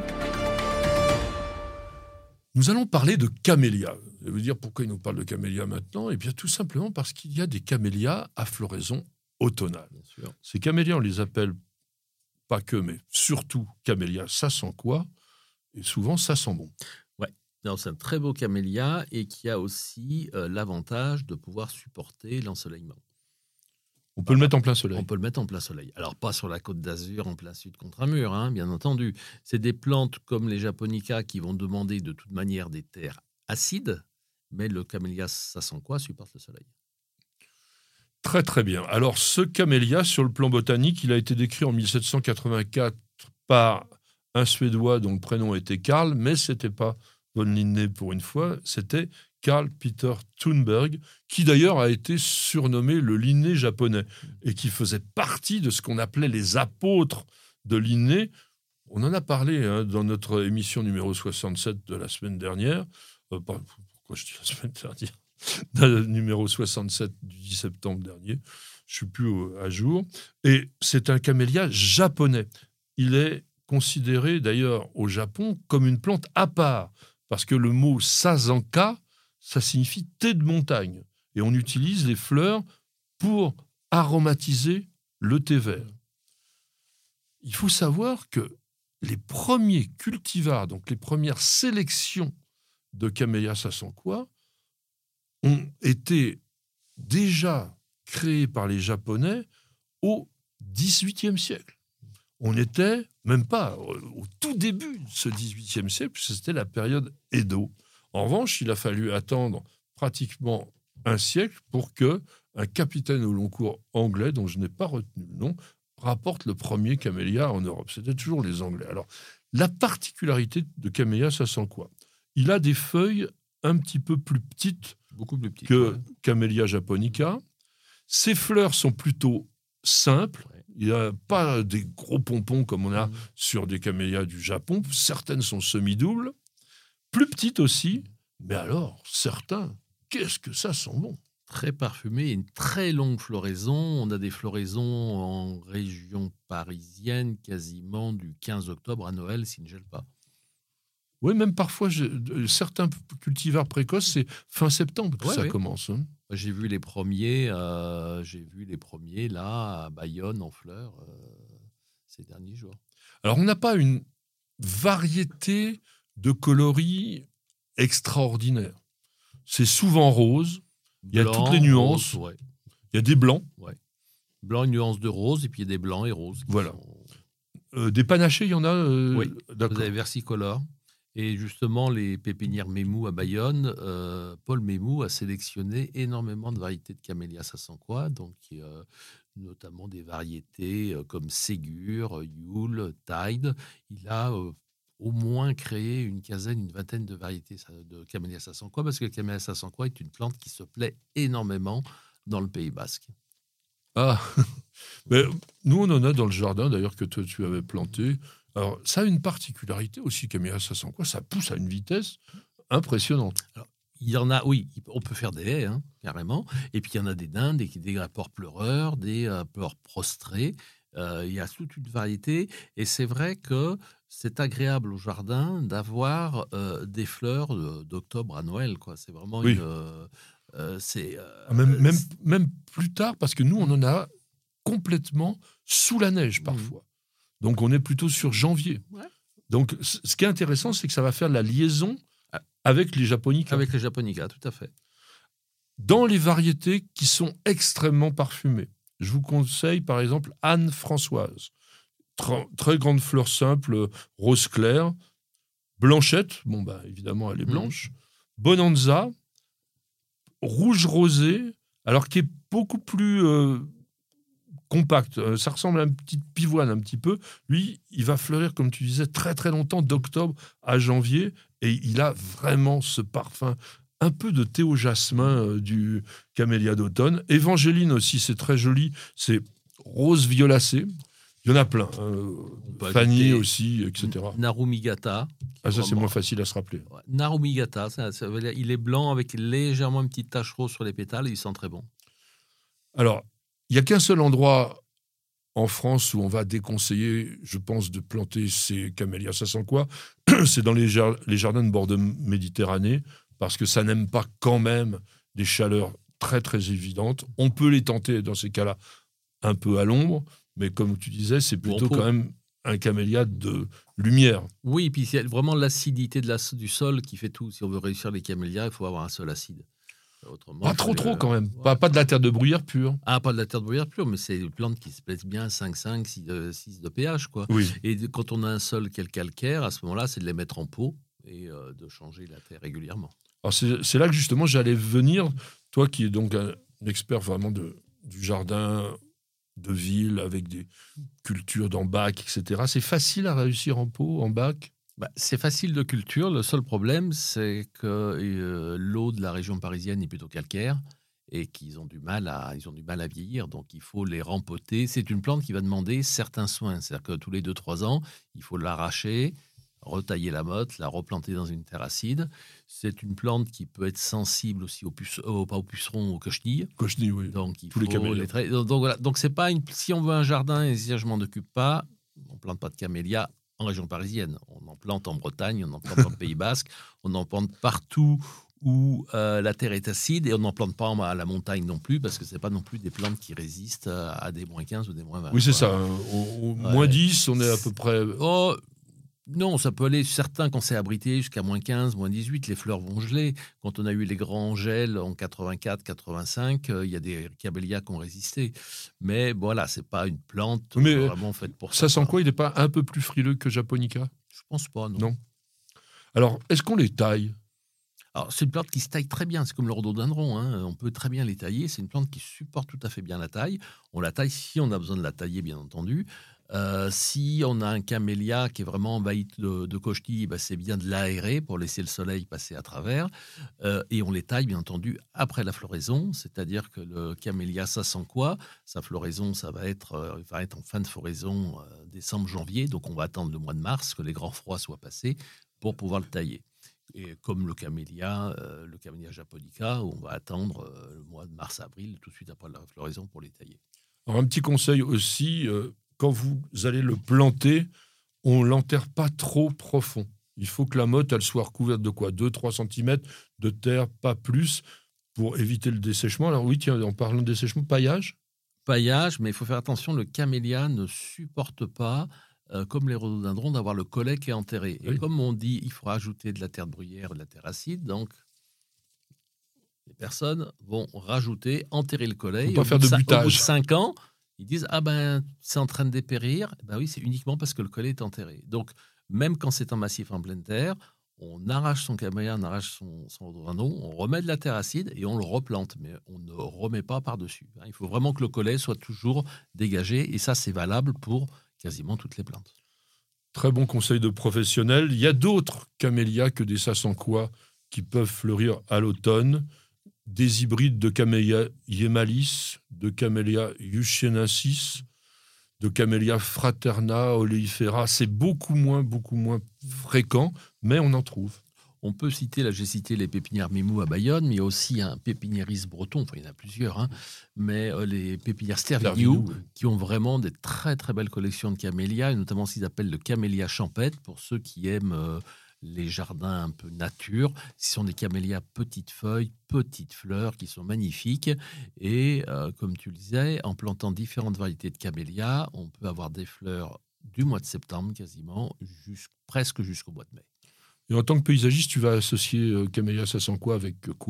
Nous allons parler de camélias. Je veux dire pourquoi il nous parle de camélias maintenant? Eh bien, tout simplement parce qu'il y a des camélias à floraison automnale. Bien sûr. Ces camélias, on les appelle pas que, mais surtout camélias, ça sent quoi? Et souvent, ça sent bon. Non, c'est un très beau camélia et qui a aussi l'avantage de pouvoir supporter l'ensoleillement. On peut le mettre en plein soleil. On peut le mettre en plein soleil. Alors, pas sur la côte d'Azur, en plein sud contre un mur, hein, bien entendu. C'est des plantes comme les japonica qui vont demander de toute manière des terres acides, mais le camélia, ça sent quoi, supporte le soleil. Très, très bien. Alors, ce camélia, sur le plan botanique, il a été décrit en 1784 par un Suédois dont le prénom était Karl, mais ce n'était pas von Linné pour une fois, c'était Karl Peter Thunberg, qui d'ailleurs a été surnommé le Linné japonais et qui faisait partie de ce qu'on appelait les apôtres de Linné. On en a parlé dans notre émission numéro 67 de la semaine dernière. Pourquoi je dis la semaine dernière? Dans le numéro 67 du 10 septembre dernier. Je ne suis plus à jour. Et c'est un camélia japonais. Il est considéré d'ailleurs au Japon comme une plante à part, parce que le mot sazanka, ça signifie thé de montagne. Et on utilise les fleurs pour aromatiser le thé vert. Il faut savoir que les premiers cultivars, donc les premières sélections de Camellia sasanquois, ont été déjà créés par les Japonais au XVIIIe siècle. On n'était même pas au tout début de ce XVIIIe siècle, puisque c'était la période Edo. En revanche, il a fallu attendre pratiquement un siècle pour qu'un capitaine au long cours anglais, dont je n'ai pas retenu le nom, rapporte le premier camélia en Europe. C'était toujours les Anglais. Alors, la particularité de Camellia sasanquois, il a des feuilles un petit peu plus petites, beaucoup plus petites que Camellia japonica. Ses fleurs sont plutôt simples. Ouais. Il n'y a pas des gros pompons comme on a sur des camélias du Japon. Certaines sont semi-doubles, plus petites aussi. Mais alors, certains, qu'est-ce que ça sent bon! Très parfumé, une très longue floraison. On a des floraisons en région parisienne quasiment du 15 octobre à Noël s'il ne gèle pas. Oui, même parfois, certains cultivars précoces, c'est fin septembre que ça commence. Hein. J'ai vu les premiers là à Bayonne en fleurs ces derniers jours. Alors, on n'a pas une variété de coloris extraordinaire. C'est souvent rose. Il y a toutes les nuances. Rose, Il y a des blancs. Ouais. Blanc, une nuance de rose, et puis il y a des blancs et roses. Voilà. Des panachés, il y en a oui, d'accord. Vous avez versicolore. Et justement, les pépinières Mémou à Bayonne, Paul Mémou a sélectionné énormément de variétés de camélia sasanquois, donc notamment des variétés comme Ségur, Yule, Tide. Il a au moins créé une vingtaine de variétés de camélia sasanquois, parce que le camélia sasanquois est une plante qui se plaît énormément dans le Pays Basque. Ah, mais nous on en a dans le jardin d'ailleurs que toi tu avais planté. Alors, ça a une particularité aussi, Camellia 500 quoi, ça pousse à une vitesse impressionnante. Alors, il y en a, oui, on peut faire des haies, carrément. Et puis, il y en a des nains, des rapports pleureurs, des rapports prostrés. Il y a toute une variété. Et c'est vrai que c'est agréable au jardin d'avoir des fleurs d'octobre à Noël, quoi. C'est vraiment Oui. Même plus tard, parce que nous, on en a complètement sous la neige parfois. Donc, on est plutôt sur janvier. Ouais. Donc, ce qui est intéressant, c'est que ça va faire la liaison avec les japonicas. Avec les japonicas, tout à fait. Dans les variétés qui sont extrêmement parfumées, je vous conseille, par exemple, Anne-Françoise. Très grande fleur simple, rose clair. Blanchette, évidemment, elle est blanche. Bonanza, rouge rosé, alors qui est beaucoup plus compact. Ça ressemble à une petite pivoine un petit peu. Lui, il va fleurir, comme tu disais, très très longtemps, d'octobre à janvier, et il a vraiment ce parfum un peu de thé au jasmin du camélia d'automne. Évangéline aussi, c'est très joli, c'est rose violacé. Il y en a plein. Fanny aussi, etc. Narumigata. Ah, ça, c'est moins facile à se rappeler. Narumigata, il est blanc avec légèrement une petite tache rose sur les pétales et il sent très bon. Alors, il n'y a qu'un seul endroit en France où on va déconseiller, je pense, de planter ces camélias 500 quoi. C'est dans les jardins de bord de Méditerranée, parce que ça n'aime pas quand même des chaleurs très, très évidentes. On peut les tenter dans ces cas-là un peu à l'ombre, mais comme tu disais, c'est plutôt quand même un camélia de lumière. Oui, et puis c'est vraiment l'acidité du sol qui fait tout. Si on veut réussir les camélias, il faut avoir un sol acide. Autrement, pas trop quand même. Ouais. Pas de la terre de bruyère pure. Ah, pas de la terre de bruyère pure, mais c'est des plantes qui se plaisent bien à 5,5, 6 de pH, quoi. Oui. Et quand on a un sol qui est calcaire, à ce moment-là, c'est de les mettre en pot et de changer la terre régulièrement. Alors c'est là que justement j'allais venir, toi qui es donc un expert vraiment du jardin de ville avec des cultures dans bac, etc. C'est facile à réussir en pot, en bac? C'est facile de culture. Le seul problème, c'est que l'eau de la région parisienne est plutôt calcaire et qu'ils ont du mal à vieillir. Donc, il faut les rempoter. C'est une plante qui va demander certains soins. C'est-à-dire que tous les 2-3 ans, il faut l'arracher, retailler la motte, la replanter dans une terre acide. C'est une plante qui peut être sensible aussi pas aux pucerons, aux cochenilles. Cochenilles, oui. Donc, il tous faut les camélias. Donc, voilà. Donc, c'est pas si on veut un jardin et si je m'en occupe pas, on plante pas de camélias en région parisienne. On en plante en Bretagne, on en plante en Pays Basque, on en plante partout où la terre est acide, et on n'en plante pas à la montagne non plus, parce que ce n'est pas non plus des plantes qui résistent à des moins 15 ou des moins 20. Oui, c'est ça. Au moins 10, on est à peu près... Oh, non, ça peut aller, certains, quand c'est abrité, jusqu'à moins 15, moins 18, les fleurs vont geler. Quand on a eu les grands gels en 84, 85, il y a des camélias qui ont résisté. Mais voilà, c'est pas une plante vraiment faite pour ça. Ça sent quoi? Il n'est pas un peu plus frileux que Japonica? Je pense pas, non. Alors, est-ce qu'on les taille? Alors, c'est une plante qui se taille très bien. C'est comme le rhododendron. On peut très bien les tailler. C'est une plante qui supporte tout à fait bien la taille. On la taille si on a besoin de la tailler, bien entendu. Si on a un camélia qui est vraiment envahi de cochenilles, c'est bien de l'aérer pour laisser le soleil passer à travers. Et on les taille, bien entendu, après la floraison. C'est-à-dire que le camélia, ça sent quoi? Sa floraison, ça va être en fin de floraison, décembre, janvier. Donc, on va attendre le mois de mars, que les grands froids soient passés pour pouvoir le tailler. Et comme le camélia japonica, où on va attendre le mois de mars-avril, tout de suite après la floraison, pour les tailler. Alors, un petit conseil aussi, quand vous allez le planter, on ne l'enterre pas trop profond. Il faut que la motte, elle soit recouverte de quoi? 2-3 cm de terre, pas plus, pour éviter le dessèchement. Alors oui, tiens, en parlant de dessèchement, paillage? Paillage, mais il faut faire attention, le camélia ne supporte pas, comme les rhododendrons, d'avoir le collet qui est enterré. Et comme on dit, il faut rajouter de la terre de bruyère, de la terre acide, donc les personnes vont rajouter, enterrer le collet. Il ne faut pas faire de butage. Au bout de 5 ans, ils disent « Ah c'est en train de dépérir ». Oui, c'est uniquement parce que le collet est enterré. Donc, même quand c'est un massif en pleine terre, on arrache son camélia, on arrache son rhododendron, on remet de la terre acide et on le replante, mais on ne remet pas par-dessus. Il faut vraiment que le collet soit toujours dégagé, et ça, c'est valable pour quasiment toutes les plantes. Très bon conseil de professionnel. Il y a d'autres camélias que des sasanquois qui peuvent fleurir à l'automne. Des hybrides de camélia yemalis, de camélia yuchenensis, de Camellia fraterna, oleifera. C'est beaucoup moins fréquent, mais on en trouve. On peut citer, là j'ai cité les pépinières Mimou à Bayonne, mais il y a aussi un pépiniériste breton, enfin il y en a plusieurs, hein, mais les pépinières Stervignou, qui ont vraiment des très très belles collections de camélias, et notamment ce qu'ils appellent le camélia champêtre, pour ceux qui aiment les jardins un peu nature. Ce sont des camélias petites feuilles, petites fleurs, qui sont magnifiques, et comme tu le disais, en plantant différentes variétés de camélias, on peut avoir des fleurs du mois de septembre quasiment, presque jusqu'au mois de mai. Et en tant que paysagiste, tu vas associer Camellia, ça sent quoi avec quoi ?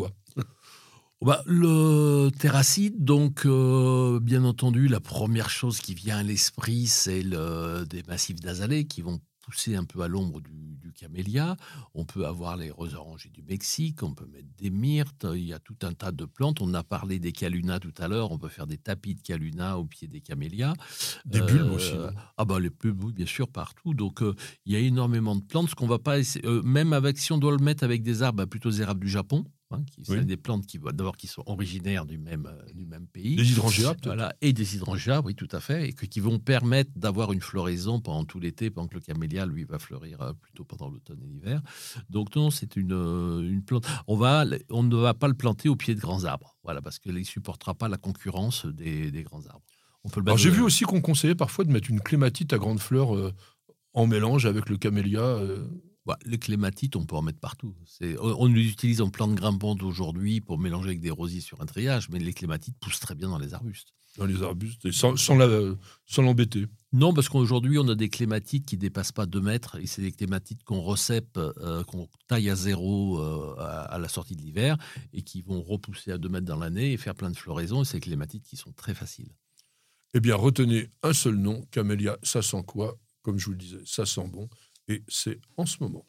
Le terracide, donc bien entendu, la première chose qui vient à l'esprit, c'est des massifs d'azalées qui vont pousser un peu à l'ombre du camélia. On peut avoir les roses orangées du Mexique, on peut mettre des myrtes, il y a tout un tas de plantes. On a parlé des calunas tout à l'heure, on peut faire des tapis de calunas au pied des camélias. Des bulbes aussi. Les bulbes, oui, bien sûr, partout. Donc il y a énormément de plantes, ce qu'on va pas essayer, même avec, si on doit le mettre avec des arbres, plutôt des érables du Japon. Qui sont des plantes qui sont originaires du même pays. Des hydrangéas, peut-être. Voilà, et des hydrangéas, oui, tout à fait, et qui vont permettre d'avoir une floraison pendant tout l'été, pendant que le camélia, lui, va fleurir plutôt pendant l'automne et l'hiver. Donc non, c'est une plante. On ne va pas le planter au pied de grands arbres, voilà, parce qu'il ne supportera pas la concurrence des grands arbres. On peut le Alors, j'ai vu aussi qu'on conseillait parfois de mettre une clématite à grandes fleurs en mélange avec le camélia. Les clématites, on peut en mettre partout. On les utilise en plantes grimpantes aujourd'hui pour mélanger avec des rosiers sur un treillage, mais les clématites poussent très bien dans les arbustes. Dans les arbustes, sans l'embêter. Non, parce qu'aujourd'hui, on a des clématites qui ne dépassent pas 2 mètres, et c'est des clématites qu'on recèpe, qu'on taille à zéro à la sortie de l'hiver, et qui vont repousser à 2 mètres dans l'année et faire plein de floraisons, et c'est des clématites qui sont très faciles. Eh bien, retenez un seul nom, camélia, ça sent quoi ? Comme je vous le disais, ça sent bon. Et c'est en ce moment.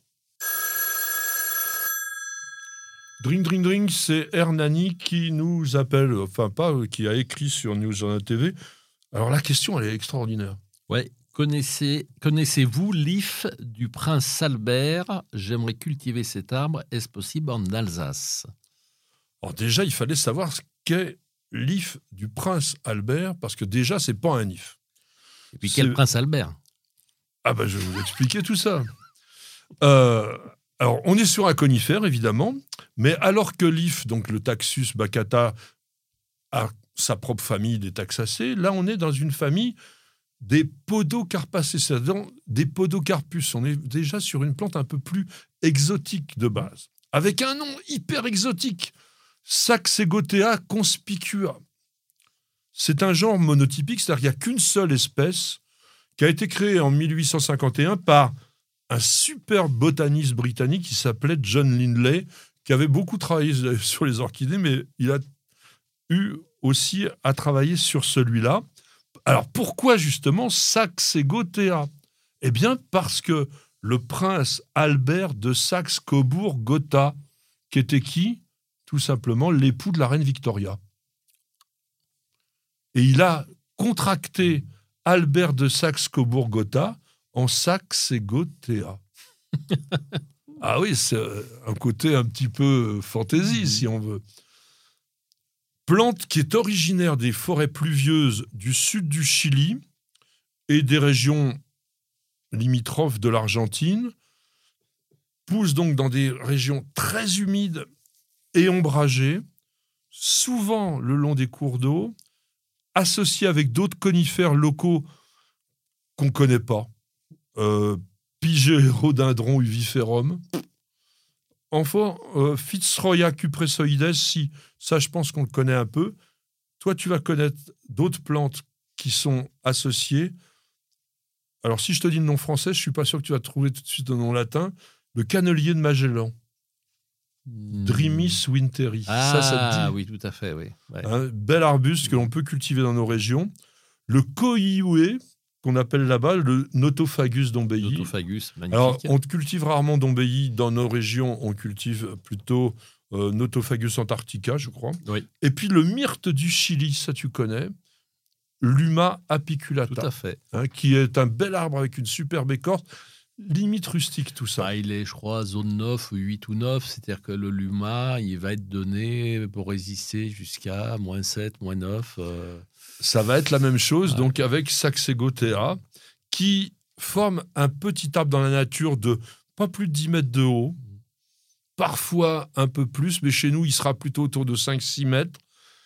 Drink, drink, drink, c'est Hernani qui nous appelle, qui a écrit sur News Journal TV. Alors la question, elle est extraordinaire. Ouais. Connaissez-vous l'if du prince Albert ? J'aimerais cultiver cet arbre. Est-ce possible en Alsace ? Alors déjà, il fallait savoir ce qu'est l'if du prince Albert, parce que déjà, c'est pas un if. Et puis quel prince Albert ? Je vais vous expliquer tout ça. Alors, on est sur un conifère, évidemment, mais alors que l'if, donc le Taxus baccata, a sa propre famille des Taxacées, là, on est dans une famille des Podocarpacées, c'est-à-dire des Podocarpus. On est déjà sur une plante un peu plus exotique de base, avec un nom hyper exotique, Saxegotea conspicua. C'est un genre monotypique, c'est-à-dire qu'il n'y a qu'une seule espèce qui a été créé en 1851 par un super botaniste britannique qui s'appelait John Lindley, qui avait beaucoup travaillé sur les orchidées, mais il a eu aussi à travailler sur celui-là. Alors, pourquoi justement Saxe-Gotha ? Eh bien, parce que le prince Albert de Saxe-Cobourg-Gotha, qui était qui ? Tout simplement l'époux de la reine Victoria. Et il a contracté Albert de Saxe-Cobourg-Gotha en Saxe-Gotha. Ah oui, c'est un côté un petit peu fantaisie, si on veut. Plante qui est originaire des forêts pluvieuses du sud du Chili et des régions limitrophes de l'Argentine, pousse donc dans des régions très humides et ombragées, souvent le long des cours d'eau, associé avec d'autres conifères locaux qu'on ne connaît pas. Pygérodendron uviferum. Enfin, Fitzroya cupressoides, si, ça je pense qu'on le connaît un peu. Toi, tu vas connaître d'autres plantes qui sont associées. Alors, si je te dis le nom français, je ne suis pas sûr que tu vas trouver tout de suite le nom latin. Le cannelier de Magellan. Drimys winteri. Ça te dit ? Oui, tout à fait, oui. Ouais. Un bel arbuste que l'on peut cultiver dans nos régions. Le coïoué, qu'on appelle là-bas le Notophagus dombei. Notophagus, magnifique. Alors, on cultive rarement dombei dans nos régions. On cultive plutôt Notophagus antarctica, je crois. Oui. Et puis le myrte du Chili, ça tu connais. Luma apiculata. Tout à fait. Qui est un bel arbre avec une superbe écorce. Limite rustique, tout ça. Il est, je crois, zone 9, 8 ou 9. C'est-à-dire que le luma, il va être donné pour résister jusqu'à -7, -9. Ça va être la même chose, donc avec Saxegotea, qui forme un petit arbre dans la nature de pas plus de 10 mètres de haut, parfois un peu plus, mais chez nous, il sera plutôt autour de 5-6 mètres,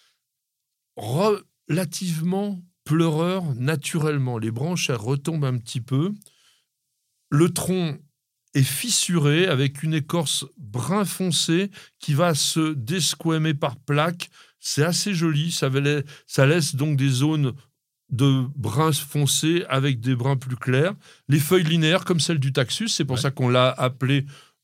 relativement pleureur naturellement. Les branches, elles retombent un petit peu. Le tronc est fissuré avec une écorce brun foncé qui va se desquamer par plaques. C'est assez joli. Ça laisse donc des zones de brun foncé avec des bruns plus clairs. Les feuilles linéaires comme celle du taxus, c'est pour ça qu'on l'a appelé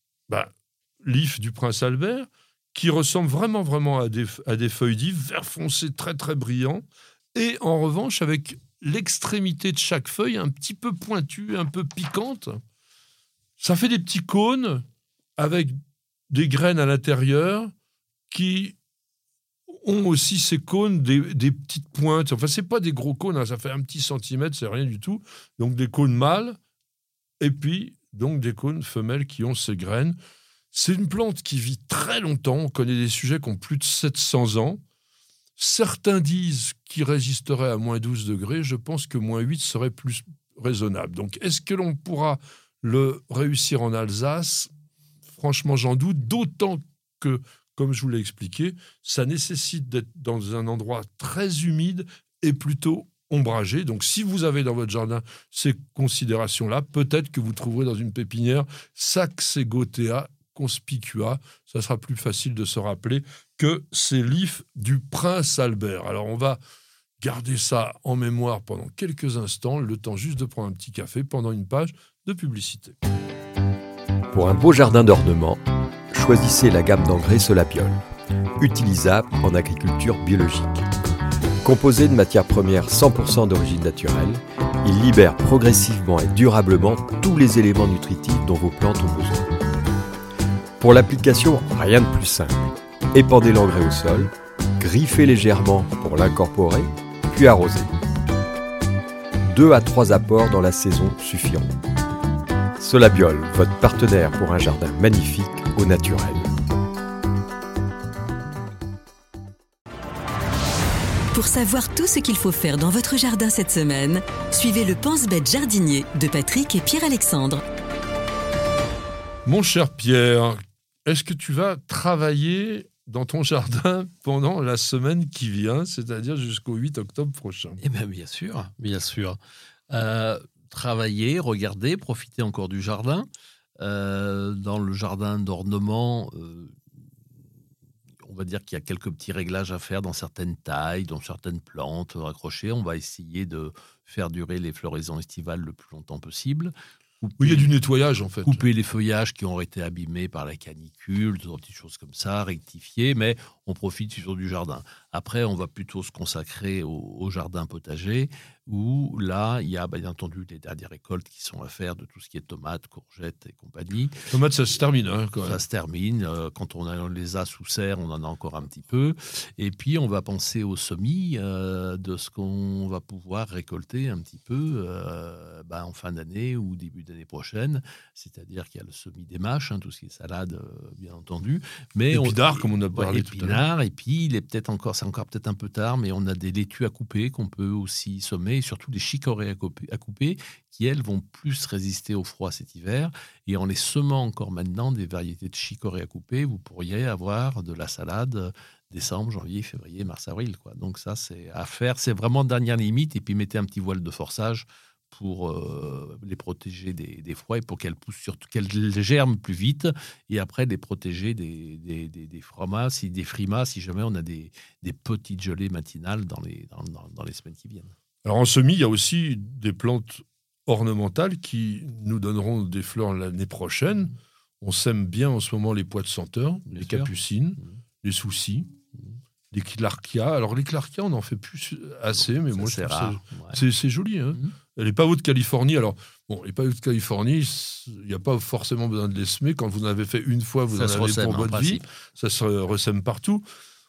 l'if du prince Albert, qui ressemble vraiment à des feuilles d'if, vert foncé très très brillant. Et en revanche, avec l'extrémité de chaque feuille un petit peu pointue, un peu piquante, ça fait des petits cônes avec des graines à l'intérieur qui ont aussi ces cônes, des petites pointes. Enfin, c'est pas des gros cônes, hein, ça fait un petit centimètre, c'est rien du tout. Donc des cônes mâles et puis donc des cônes femelles qui ont ces graines. C'est une plante qui vit très longtemps. On connaît des sujets qui ont plus de 700 ans. Certains disent qu'il résisterait à moins 12 degrés. Je pense que moins 8 serait plus raisonnable. Donc, est-ce que l'on pourra le réussir en Alsace ? Franchement, j'en doute. D'autant que, comme je vous l'ai expliqué, ça nécessite d'être dans un endroit très humide et plutôt ombragé. Donc, si vous avez dans votre jardin ces considérations-là, peut-être que vous trouverez dans une pépinière Saxegotea conspicua, ça sera plus facile de se rappeler que c'est l'if du prince Albert. Alors on va garder ça en mémoire pendant quelques instants, le temps juste de prendre un petit café pendant une page de publicité. Pour un beau jardin d'ornement, choisissez la gamme d'engrais Solabiol, utilisable en agriculture biologique. Composé de matières premières 100% d'origine naturelle, il libère progressivement et durablement tous les éléments nutritifs dont vos plantes ont besoin. Pour l'application, rien de plus simple. Épandez l'engrais au sol, griffez légèrement pour l'incorporer, puis arrosez. 2 à 3 apports dans la saison suffiront. Solabiol, votre partenaire pour un jardin magnifique au naturel. Pour savoir tout ce qu'il faut faire dans votre jardin cette semaine, suivez le Pense-Bête jardinier de Patrick et Pierre-Alexandre. Mon cher Pierre, est-ce que tu vas travailler dans ton jardin pendant la semaine qui vient, c'est-à-dire jusqu'au 8 octobre prochain ? Eh bien, bien sûr, bien sûr. Travailler, regarder, profiter encore du jardin. Dans le jardin d'ornement, on va dire qu'il y a quelques petits réglages à faire dans certaines tailles, dans certaines plantes raccrochées. On va essayer de faire durer les floraisons estivales le plus longtemps possible. Oui, il y a du nettoyage en fait. Couper les feuillages qui ont été abîmés par la canicule, des petites choses comme ça, rectifier, mais on profite toujours du jardin. Après, on va plutôt se consacrer au jardin potager, où là, il y a bien entendu les dernières récoltes qui sont à faire de tout ce qui est tomates, courgettes et compagnie. Tomates, ça se termine. Ça se termine. Quand on les a sous serre, on en a encore un petit peu. Et puis, on va penser au semis de ce qu'on va pouvoir récolter un petit peu en fin d'année ou début d'année prochaine. C'est-à-dire qu'il y a le semis des mâches, tout ce qui est salade, bien entendu. Mais épinards, comme on a parlé tout à l'heure. Et puis, c'est encore peut-être un peu tard, mais on a des laitues à couper qu'on peut aussi semer, et surtout des chicorées à couper qui, elles, vont plus résister au froid cet hiver. Et en les semant encore maintenant, des variétés de chicorées à couper, vous pourriez avoir de la salade décembre, janvier, février, mars, avril, quoi. Donc ça, c'est à faire. C'est vraiment dernière limite. Et puis, mettez un petit voile de forçage pour les protéger des froids et pour qu'elles poussent, surtout qu'elles germent plus vite, et après les protéger des frimas, si jamais on a des petites gelées matinales dans les semaines qui viennent. Alors en semis, il y a aussi des plantes ornementales qui nous donneront des fleurs l'année prochaine. On sème bien en ce moment les pois de senteur, les capucines, les soucis, les clarkias. Alors les clarkias, on n'en fait plus assez, mais moi je trouve rare. C'est joli. Hein. Les pavots de Californie, alors bon, les pavots de Californie, il n'y a pas forcément besoin de les semer. Quand vous en avez fait une fois, vous en avez pour votre vie. Ça se ressème partout.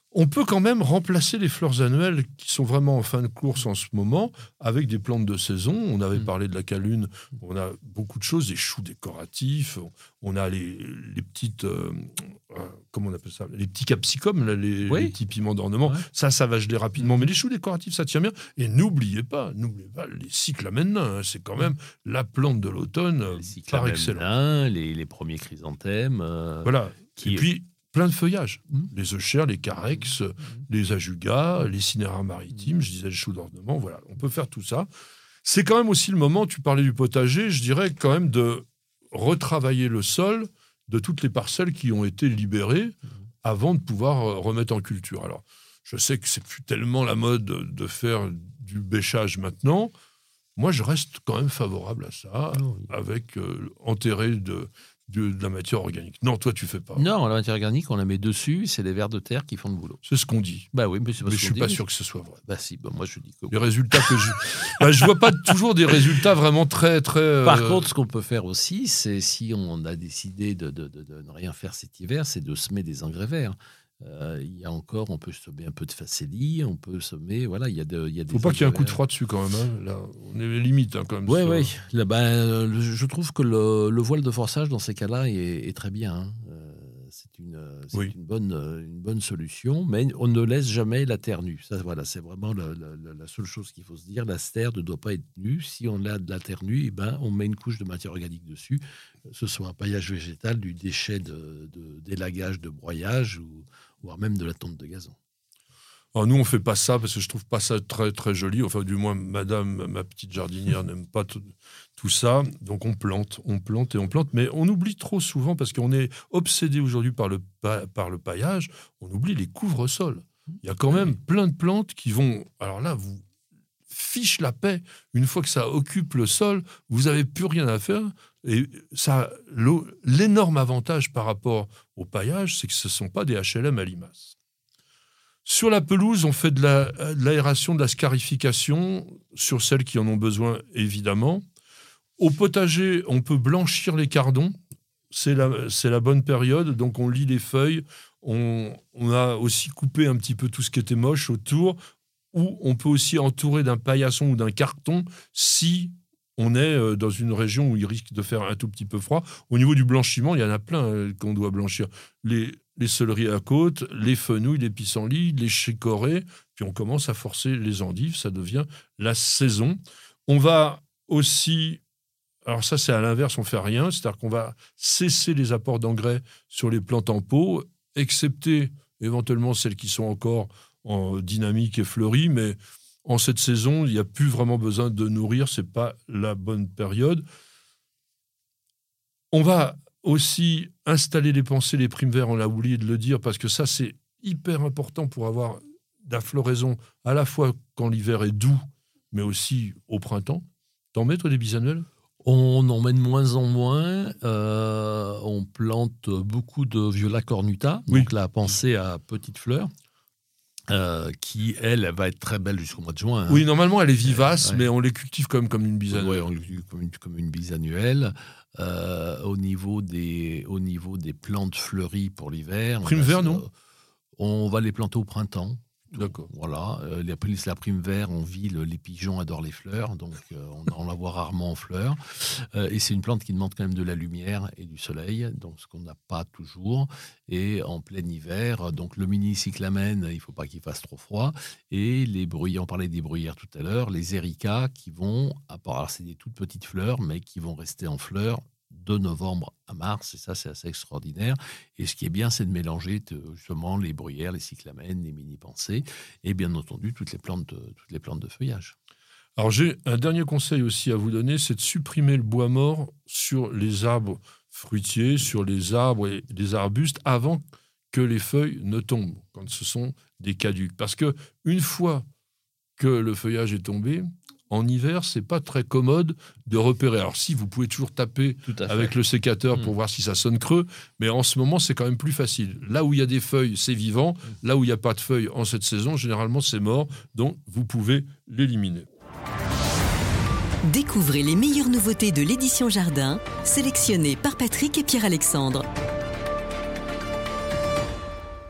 On peut quand même remplacer les fleurs annuelles qui sont vraiment en fin de course en ce moment avec des plantes de saison. On avait parlé de la calune, on a beaucoup de choses, des choux décoratifs, on a les petites, comment on appelle ça, les petits capsicums, là, les petits piments d'ornement. Ouais. Ça va geler rapidement. Mais les choux décoratifs, ça tient bien. Et n'oubliez pas les cyclamènes nains. Hein, c'est quand même la plante de l'automne par excellence. Nains, les premiers chrysanthèmes. Voilà. Et puis, plein de feuillages. Les euchères, les carex, les ajugas, les cinéras maritimes, je disais les choux d'ornement. Voilà, on peut faire tout ça. C'est quand même aussi le moment, tu parlais du potager, je dirais quand même de retravailler le sol de toutes les parcelles qui ont été libérées avant de pouvoir remettre en culture. Alors, je sais que c'est plus tellement la mode de faire du bêchage maintenant. Moi, je reste quand même favorable à ça, avec enterrer de la matière organique. Non, toi, tu fais pas. Non, la matière organique, on la met dessus, c'est les vers de terre qui font le boulot. C'est ce qu'on dit. Bah oui, mais c'est pas mais je suis pas sûr que ce soit vrai. Bah si, moi je dis que... Les résultats que je vois pas toujours des résultats vraiment très... Par contre, ce qu'on peut faire aussi, c'est si on a décidé de ne rien faire cet hiver, c'est de semer des engrais verts. Il y a encore, on peut semer un peu de facélie, on peut semer, voilà, il y a des... Faut pas qu'il y ait un coup de froid dessus quand même, hein. Là, on est limite quand même. Oui. Je trouve que le voile de forçage dans ces cas-là est très bien. Hein. C'est une bonne solution, mais on ne laisse jamais la terre nue. Ça, voilà, c'est vraiment la seule chose qu'il faut se dire. La terre ne doit pas être nue. Si on a de la terre nue, on met une couche de matière organique dessus, ce soit un paillage végétal, du déchet d'élagage, de broyage, voire même de la tonte de gazon. Alors nous, on ne fait pas ça parce que je ne trouve pas ça très, très joli. Enfin, du moins, madame, ma petite jardinière, n'aime pas tout ça. Donc, on plante. Mais on oublie trop souvent, parce qu'on est obsédé aujourd'hui par le paillage, on oublie les couvre-sols. Il y a quand même plein de plantes qui vont... Alors là, vous fiche la paix. Une fois que ça occupe le sol, vous n'avez plus rien à faire. Et ça, l'énorme avantage par rapport au paillage, c'est que ce ne sont pas des HLM à limaces. Sur la pelouse, on fait de l'aération, de la scarification, sur celles qui en ont besoin, évidemment. Au potager, on peut blanchir les cardons. C'est la bonne période. Donc, on lit les feuilles. On a aussi coupé un petit peu tout ce qui était moche autour. Ou on peut aussi entourer d'un paillasson ou d'un carton si on est dans une région où il risque de faire un tout petit peu froid. Au niveau du blanchiment, il y en a plein qu'on doit blanchir. Les céleris à côte, les fenouils, les pissenlits, les chicorées. Puis on commence à forcer les endives. Ça devient la saison. On va aussi... Alors ça, c'est à l'inverse, on ne fait rien. C'est-à-dire qu'on va cesser les apports d'engrais sur les plantes en pot, excepté éventuellement celles qui sont encore en dynamique et fleuries. Mais en cette saison, il n'y a plus vraiment besoin de nourrir. Ce n'est pas la bonne période. On va aussi installer les pensées, les primes verts, on l'a oublié de le dire, parce que ça, c'est hyper important pour avoir de la floraison, à la fois quand l'hiver est doux, mais aussi au printemps. T'en mettre des bisannuels ? On en met de moins en moins. On plante beaucoup de viola cornuta, donc la pensée à petites fleurs, qui, elle va être très belle jusqu'au mois de juin. Hein. Oui, normalement, elle est vivace, mais on les cultive comme une bisannuelle. Oui, on les cultive comme une bisannuelle. Au niveau des plantes fleuries pour l'hiver... Prime vert, non ? On va les planter au printemps. D'accord. Voilà, la prime vert, on vit, les pigeons adorent les fleurs, donc on la voit rarement en fleurs. Et c'est une plante qui demande quand même de la lumière et du soleil, donc ce qu'on n'a pas toujours. Et en plein hiver, donc le mini cyclamène, il ne faut pas qu'il fasse trop froid. Et les bruyères, on parlait des bruyères tout à l'heure, les éricas qui vont, alors c'est des toutes petites fleurs, mais qui vont rester en fleurs de novembre à mars, et ça c'est assez extraordinaire. Et ce qui est bien, c'est de mélanger justement les bruyères, les cyclamènes, les mini-pensées, et bien entendu toutes les plantes de feuillage. Alors j'ai un dernier conseil aussi à vous donner, c'est de supprimer le bois mort sur les arbres fruitiers, sur les arbres et les arbustes, avant que les feuilles ne tombent, quand ce sont des caducs. Parce que une fois que le feuillage est tombé, en hiver, c'est pas très commode de repérer. Alors si, vous pouvez toujours taper avec le sécateur pour voir si ça sonne creux, mais en ce moment, c'est quand même plus facile. Là où il y a des feuilles, c'est vivant. Là où il n'y a pas de feuilles en cette saison, généralement, c'est mort. Donc, vous pouvez l'éliminer. Découvrez les meilleures nouveautés de l'édition Jardin, sélectionnées par Patrick et Pierre-Alexandre.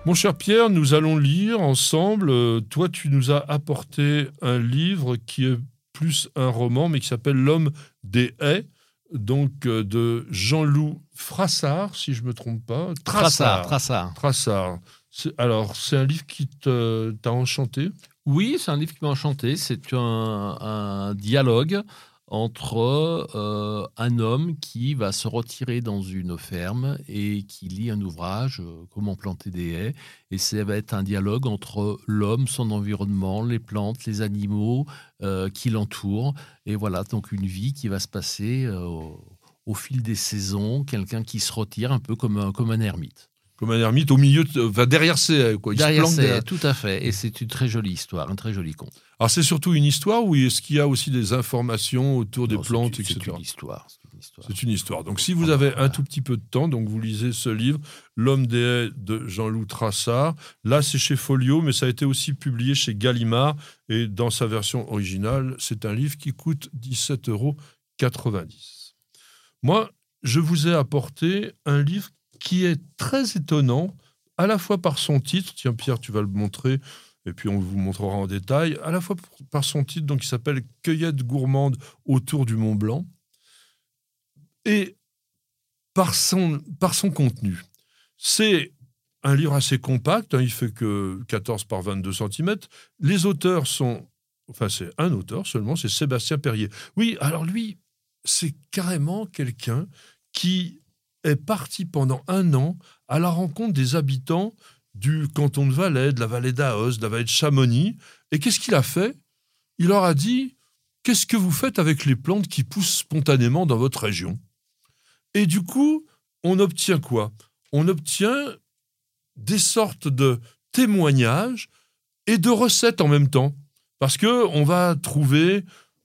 Mon cher Pierre, nous allons lire ensemble. Toi, tu nous as apporté un livre qui est plus un roman, mais qui s'appelle L'homme des haies, donc de Jean-Loup Frassard, si je ne me trompe pas. Trassard. Alors, c'est un livre qui t'a enchanté? Oui, c'est un livre qui m'a enchanté. C'est un dialogue entre un homme qui va se retirer dans une ferme et qui lit un ouvrage, Comment planter des haies. Et ça va être un dialogue entre l'homme, son environnement, les plantes, les animaux qui l'entourent. Et voilà, donc une vie qui va se passer au fil des saisons, quelqu'un qui se retire un peu comme un ermite. Comme un ermite au milieu, derrière ses haies, quoi. Derrière ses haies, tout à fait. Et c'est une très jolie histoire, un très joli conte. Alors, c'est surtout une histoire ou est-ce qu'il y a aussi des informations autour des plantes, etc. C'est une histoire. C'est une histoire. Donc, si vous avez un tout petit peu de temps, donc vous lisez ce livre, L'homme des haies de Jean-Loup Trassard. Là, c'est chez Folio, mais ça a été aussi publié chez Gallimard. Et dans sa version originale, c'est un livre qui coûte 17,90 €. Moi, je vous ai apporté un livre qui est très étonnant, à la fois par son titre. Tiens, Pierre, tu vas le montrer. Et puis on vous montrera en détail, à la fois par son titre, donc il s'appelle « Cueillette gourmande autour du Mont Blanc », et par son contenu. C'est un livre assez compact, il ne fait que 14 par 22 cm. Les auteurs sont... Enfin, c'est un auteur seulement, c'est Sébastien Perrier. Oui, alors lui, c'est carrément quelqu'un qui est parti pendant 1 an à la rencontre des habitants du canton de Valais, de la vallée d'Aoste, de la vallée de Chamonix. Et qu'est-ce qu'il a fait? Il leur a dit, qu'est-ce que vous faites avec les plantes qui poussent spontanément dans votre région? Et du coup, on obtient quoi? On obtient des sortes de témoignages et de recettes en même temps. Parce qu'on va trouver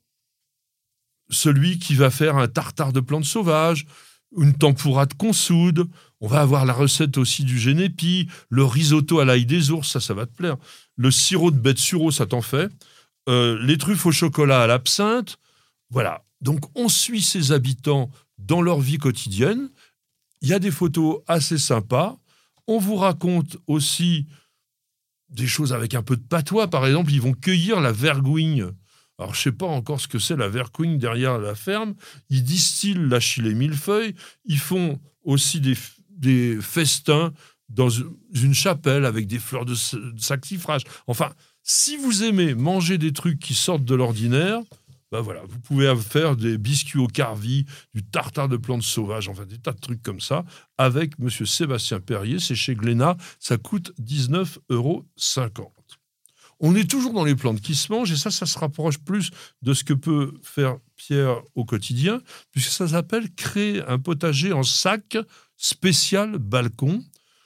celui qui va faire un tartare de plantes sauvages, une tempura de consoude. On va avoir la recette aussi du génépi, le risotto à l'ail des ours, ça va te plaire. Le sirop de bête sureau, ça t'en fait. Les truffes au chocolat à l'absinthe. Voilà. Donc, on suit ces habitants dans leur vie quotidienne. Il y a des photos assez sympas. On vous raconte aussi des choses avec un peu de patois. Par exemple, ils vont cueillir la vergouigne. Alors, je ne sais pas encore ce que c'est la vergouigne derrière la ferme. Ils distillent l'achillée millefeuille. Ils font aussi des festins dans une chapelle avec des fleurs de saxifrage. Enfin, si vous aimez manger des trucs qui sortent de l'ordinaire, ben voilà, vous pouvez faire des biscuits au carvi, du tartare de plantes sauvages, enfin des tas de trucs comme ça, avec M. Sébastien Perrier. C'est chez Glénat, ça coûte 19,50 €. On est toujours dans les plantes qui se mangent, et ça se rapproche plus de ce que peut faire Pierre au quotidien, puisque ça s'appelle « Créer un potager en sac spécial balcon ».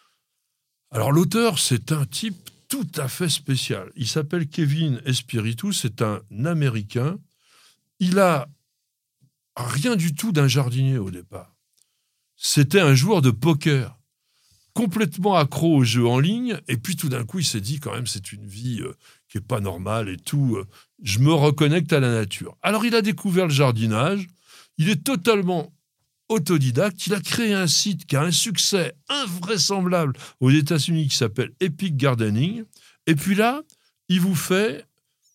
Alors l'auteur, c'est un type tout à fait spécial. Il s'appelle Kevin Espiritu, c'est un Américain. Il a rien du tout d'un jardinier au départ. C'était un joueur de poker, complètement accro aux jeux en ligne, et puis tout d'un coup, il s'est dit quand même, c'est une vie qui n'est pas normale et tout, je me reconnecte à la nature. Alors, il a découvert le jardinage, il est totalement autodidacte, il a créé un site qui a un succès invraisemblable aux États-Unis qui s'appelle Epic Gardening, et puis là, il vous fait,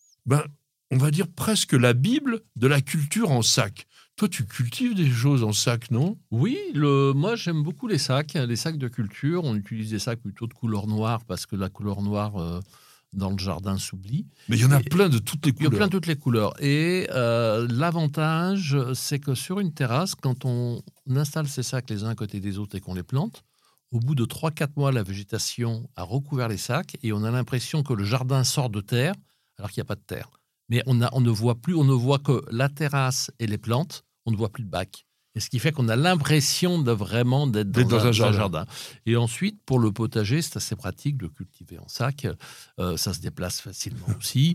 on va dire presque la Bible de la culture en sac. Toi, tu cultives des choses en sac, non? Oui, moi j'aime beaucoup les sacs de culture. On utilise des sacs plutôt de couleur noire parce que la couleur noire dans le jardin s'oublie. Mais il y en a plein de toutes les couleurs. Il y a plein de toutes les couleurs. Et l'avantage, c'est que sur une terrasse, quand on installe ces sacs les uns à côté des autres et qu'on les plante, au bout de 3-4 mois, la végétation a recouvert les sacs et on a l'impression que le jardin sort de terre alors qu'il n'y a pas de terre. Mais on ne voit que la terrasse et les plantes. On ne voit plus de bac. Et ce qui fait qu'on a l'impression d'être dans un jardin. Et ensuite, pour le potager, c'est assez pratique de cultiver en sac. Ça se déplace facilement aussi.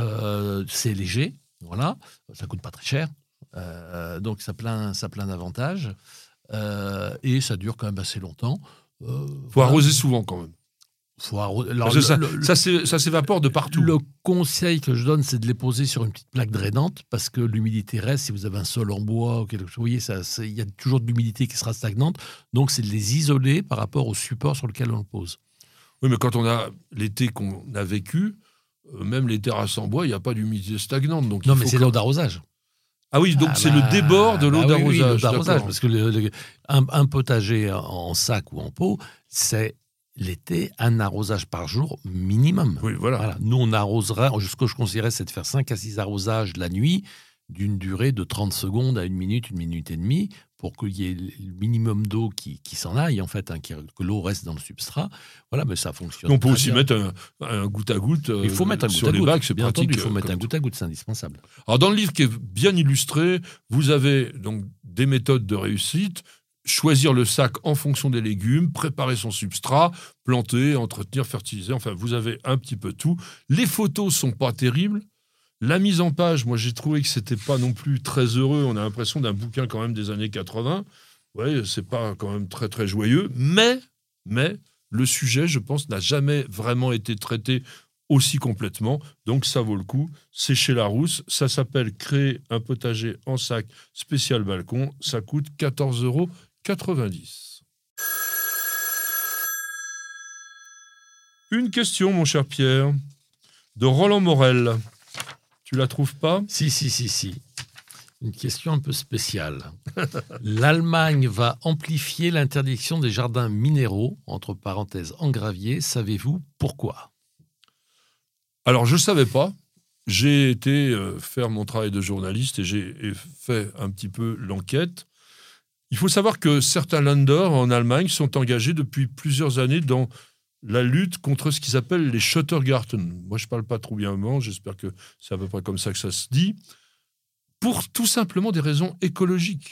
C'est léger. Voilà. Ça ne coûte pas très cher. Donc, ça a plein d'avantages. Et ça dure quand même assez longtemps. Faut arroser souvent quand même. Alors, ça s'évapore de partout. Le conseil que je donne, c'est de les poser sur une petite plaque drainante parce que l'humidité reste. Si vous avez un sol en bois ou quelque chose, vous voyez, il y a toujours de l'humidité qui sera stagnante. Donc, c'est de les isoler par rapport au support sur lequel on le pose. Oui, mais quand on a l'été qu'on a vécu, même les terrasses en bois, il n'y a pas d'humidité stagnante. Donc Non, mais c'est l'eau d'arrosage. Ah oui, donc c'est le débord de l'eau d'arrosage. Oui, l'eau d'arrosage, parce que un potager en sac ou en pot, c'est l'été un arrosage par jour minimum. Oui, voilà. Nous, on arrosera, ce que je conseillerais, c'est de faire 5 à 6 arrosages la nuit, d'une durée de 30 secondes à 1 minute et demie, pour qu'il y ait le minimum d'eau qui s'en aille, en fait, que l'eau reste dans le substrat. Voilà, mais ça fonctionne. On peut aussi bien. mettre un goutte à goutte Il faut mettre un sur goutte à les goutte. bacs, c'est bien pratique. Entendu, il faut mettre un goutte à goutte, c'est indispensable. Alors, dans le livre qui est bien illustré, vous avez donc des méthodes de réussite. Choisir le sac en fonction des légumes, préparer son substrat, planter, entretenir, fertiliser. Enfin, vous avez un petit peu tout. Les photos sont pas terribles. La mise en page, moi, j'ai trouvé que c'était pas non plus très heureux. On a l'impression d'un bouquin quand même des années 80. Ouais, c'est pas quand même très, très joyeux. Mais le sujet, je pense, n'a jamais vraiment été traité aussi complètement. Donc, ça vaut le coup. C'est chez Larousse. Ça s'appelle « Créer un potager en sac spécial balcon ». Ça coûte 14,90 €. Une question, mon cher Pierre, de Roland Morel. Tu la trouves pas ? Si. Une question un peu spéciale. L'Allemagne va amplifier l'interdiction des jardins minéraux, entre parenthèses en gravier. Savez-vous pourquoi ? Alors, je ne savais pas. J'ai été faire mon travail de journaliste et j'ai fait un petit peu l'enquête. Il faut savoir que certains Länder en Allemagne sont engagés depuis plusieurs années dans la lutte contre ce qu'ils appellent les Schottergärten. Moi, je ne parle pas trop bien allemand, j'espère que c'est à peu près comme ça que ça se dit, pour tout simplement des raisons écologiques.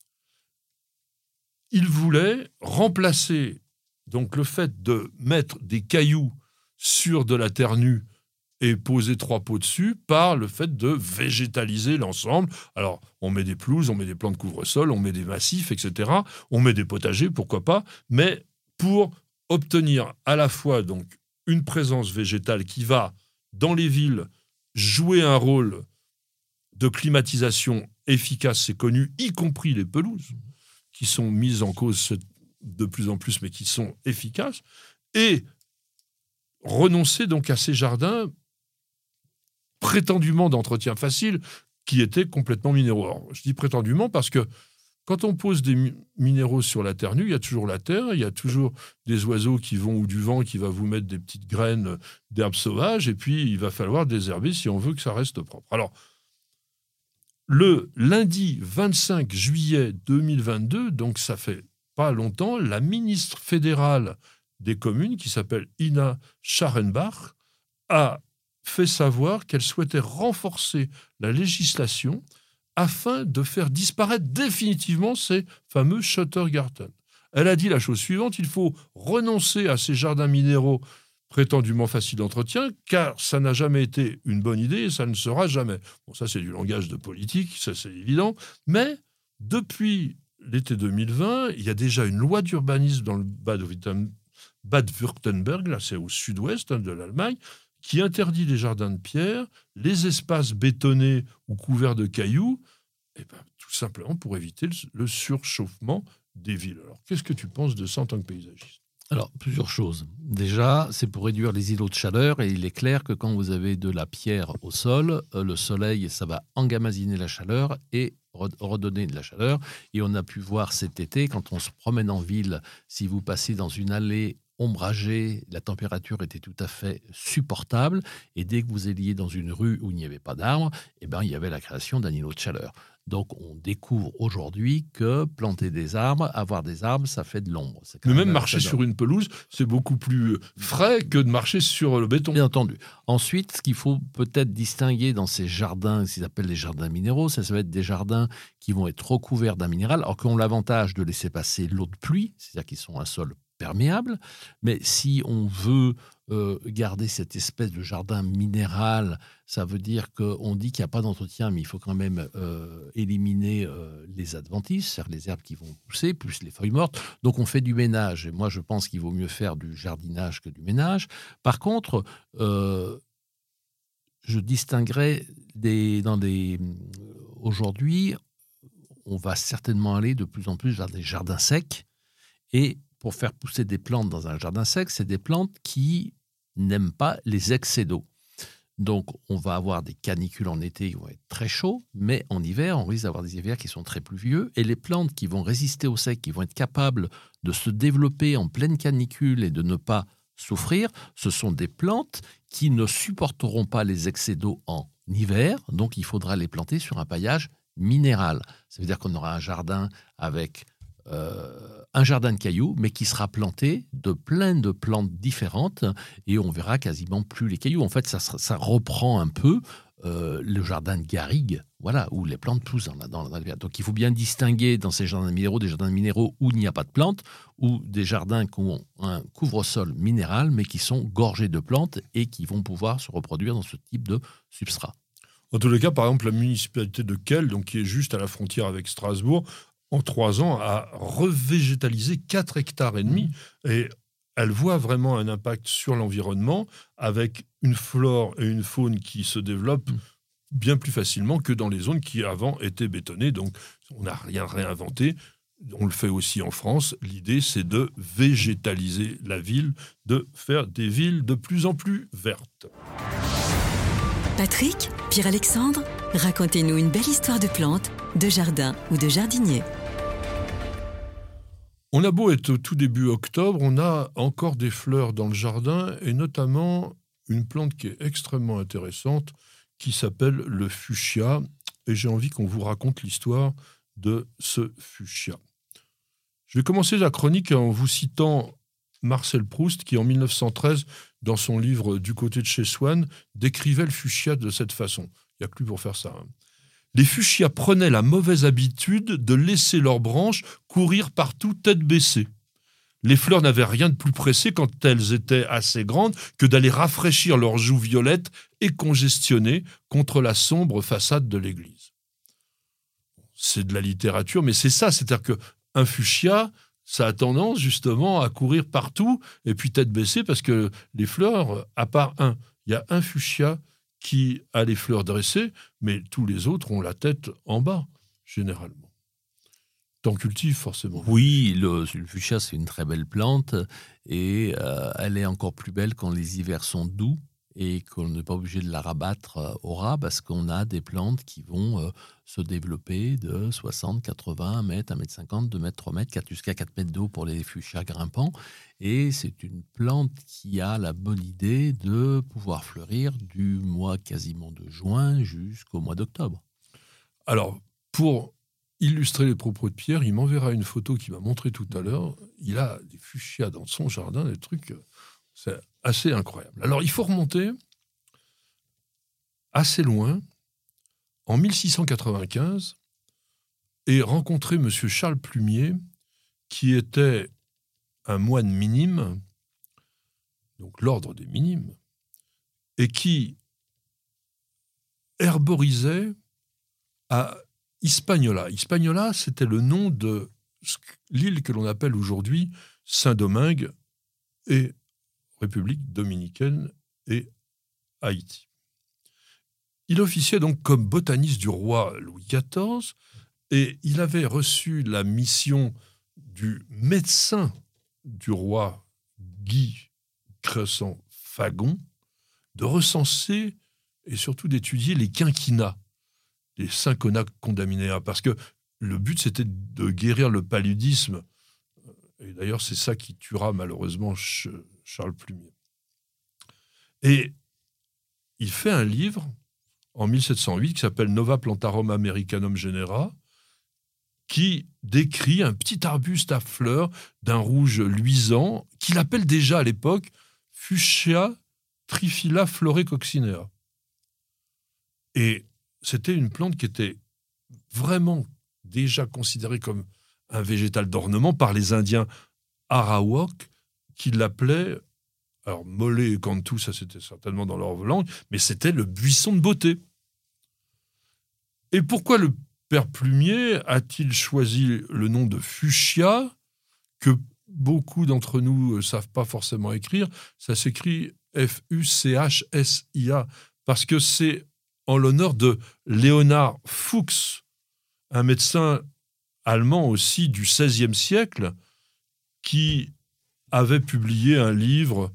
Ils voulaient remplacer donc le fait de mettre des cailloux sur de la terre nue et poser 3 pots dessus par le fait de végétaliser l'ensemble. Alors, on met des pelouses, on met des plants de couvre-sol, on met des massifs, etc. On met des potagers, pourquoi pas, mais pour obtenir à la fois donc une présence végétale qui va, dans les villes, jouer un rôle de climatisation efficace, c'est connu, y compris les pelouses, qui sont mises en cause de plus en plus, mais qui sont efficaces, et renoncer donc à ces jardins prétendument d'entretien facile, qui étaient complètement minéraux. Alors, je dis prétendument parce que quand on pose des minéraux sur la terre nue, il y a toujours la terre, il y a toujours des oiseaux qui vont, ou du vent qui va vous mettre des petites graines d'herbes sauvages, et puis il va falloir désherber si on veut que ça reste propre. Alors, le lundi 25 juillet 2022, donc ça fait pas longtemps, la ministre fédérale des communes, qui s'appelle Ina Scharenbach, a fait savoir qu'elle souhaitait renforcer la législation afin de faire disparaître définitivement ces fameux Schottergärten. Elle a dit la chose suivante, il faut renoncer à ces jardins minéraux prétendument faciles d'entretien, car ça n'a jamais été une bonne idée et ça ne sera jamais. Bon, ça c'est du langage de politique, ça c'est évident, mais depuis l'été 2020, il y a déjà une loi d'urbanisme dans le Bade-Württemberg, là c'est au sud-ouest de l'Allemagne, qui interdit les jardins de pierre, les espaces bétonnés ou couverts de cailloux, et ben, tout simplement pour éviter le surchauffement des villes. Alors, qu'est-ce que tu penses de ça en tant que paysagiste ? Alors, plusieurs choses. Déjà, c'est pour réduire les îlots de chaleur, et il est clair que quand vous avez de la pierre au sol, le soleil, ça va engamasiner la chaleur et redonner de la chaleur. Et on a pu voir cet été, quand on se promène en ville, si vous passez dans une allée ombragée, la température était tout à fait supportable, et dès que vous alliez dans une rue où il n'y avait pas d'arbres, eh ben, il y avait la création d'un îlot de chaleur. Donc on découvre aujourd'hui que planter des arbres, avoir des arbres, ça fait de l'ombre. Mais même marcher sur une pelouse, c'est beaucoup plus frais que de marcher sur le béton. Bien entendu. Ensuite, ce qu'il faut peut-être distinguer dans ces jardins, ce qu'ils appellent les jardins minéraux, ça va être des jardins qui vont être recouverts d'un minéral, alors qu'ils ont l'avantage de laisser passer l'eau de pluie, c'est-à-dire qu'ils sont un sol perméable, mais si on veut garder cette espèce de jardin minéral, ça veut dire qu'on dit qu'il n'y a pas d'entretien, mais il faut quand même éliminer les adventices, c'est-à-dire les herbes qui vont pousser, plus les feuilles mortes. Donc on fait du ménage, et moi je pense qu'il vaut mieux faire du jardinage que du ménage. Par contre, je distinguerais aujourd'hui, on va certainement aller de plus en plus vers des jardins secs, et pour faire pousser des plantes dans un jardin sec, c'est des plantes qui n'aiment pas les excès d'eau. Donc, on va avoir des canicules en été qui vont être très chauds, mais en hiver, on risque d'avoir des hivers qui sont très pluvieux. Et les plantes qui vont résister au sec, qui vont être capables de se développer en pleine canicule et de ne pas souffrir, ce sont des plantes qui ne supporteront pas les excès d'eau en hiver. Donc, il faudra les planter sur un paillage minéral. Ça veut dire qu'on aura un jardin avec un jardin de cailloux, mais qui sera planté de plein de plantes différentes et on verra quasiment plus les cailloux. En fait, ça reprend un peu le jardin de garrigue, voilà, où les plantes poussent dans la. Donc, il faut bien distinguer dans ces jardins minéraux des jardins minéraux où il n'y a pas de plantes ou des jardins qui ont un couvre-sol minéral, mais qui sont gorgés de plantes et qui vont pouvoir se reproduire dans ce type de substrat. En tous les cas, par exemple, la municipalité de Kehl, donc qui est juste à la frontière avec Strasbourg, en 3 ans, a revégétalisé 4,5 hectares. Et elle voit vraiment un impact sur l'environnement avec une flore et une faune qui se développent bien plus facilement que dans les zones qui avant étaient bétonnées. Donc, on n'a rien réinventé. On le fait aussi en France. L'idée, c'est de végétaliser la ville, de faire des villes de plus en plus vertes. Patrick, Pierre-Alexandre, racontez-nous une belle histoire de plantes, de jardin ou de jardinier. On a beau être au tout début octobre, on a encore des fleurs dans le jardin et notamment une plante qui est extrêmement intéressante qui s'appelle le fuchsia. Et j'ai envie qu'on vous raconte l'histoire de ce fuchsia. Je vais commencer la chronique en vous citant Marcel Proust qui, en 1913, dans son livre « Du côté de chez Swann », décrivait le fuchsia de cette façon. Il n'y a que lui pour faire ça. Les fuchsias prenaient la mauvaise habitude de laisser leurs branches courir partout tête baissée. Les fleurs n'avaient rien de plus pressé quand elles étaient assez grandes que d'aller rafraîchir leurs joues violettes et congestionnées contre la sombre façade de l'église. C'est de la littérature, mais c'est ça, c'est-à-dire qu'un fuchsia, ça a tendance justement à courir partout et puis tête baissée parce que les fleurs, à part il y a un fuchsia qui a les fleurs dressées, mais tous les autres ont la tête en bas, généralement. T'en cultives forcément. Oui, le fuchsia, c'est une très belle plante et elle est encore plus belle quand les hivers sont doux et qu'on n'est pas obligé de la rabattre au ras parce qu'on a des plantes qui vont se développer de 60, 80 mètres, 1 mètre 50, 2 mètres, 3 mètres, jusqu'à 4 mètres d'eau pour les fuchsias grimpants. Et c'est une plante qui a la bonne idée de pouvoir fleurir du mois quasiment de juin jusqu'au mois d'octobre. Alors, pour illustrer les propos de Pierre, il m'enverra une photo qu'il m'a montrée tout à l'heure. Il a des fuchsias dans son jardin, des trucs... C'est assez incroyable. Alors, il faut remonter assez loin, en 1695, et rencontrer M. Charles Plumier, qui était un moine minime, donc l'ordre des minimes, et qui herborisait à Hispaniola. Hispaniola, c'était le nom de l'île que l'on appelle aujourd'hui Saint-Domingue et République dominicaine et Haïti. Il officiait donc comme botaniste du roi Louis XIV et il avait reçu la mission du médecin du roi Guy Crescent Fagon de recenser et surtout d'étudier les quinquina, les cinquona condamnea, parce que le but c'était de guérir le paludisme. Et d'ailleurs, c'est ça qui tuera malheureusement Charles Plumier. Et il fait un livre en 1708 qui s'appelle Nova Plantarum Americanum Genera, qui décrit un petit arbuste à fleurs d'un rouge luisant qu'il appelle déjà à l'époque Fuchsia triphylla florecoccinea. Et c'était une plante qui était vraiment déjà considérée comme un végétal d'ornement par les Indiens Arawak, qui l'appelaient, alors Molé et Cantu, ça c'était certainement dans leur langue, mais c'était le buisson de beauté. Et pourquoi le père Plumier a-t-il choisi le nom de fuchsia, que beaucoup d'entre nous ne savent pas forcément écrire? Ça s'écrit Fuchsia, parce que c'est en l'honneur de Léonard Fuchs, un médecin allemand aussi du XVIe siècle, qui avait publié un livre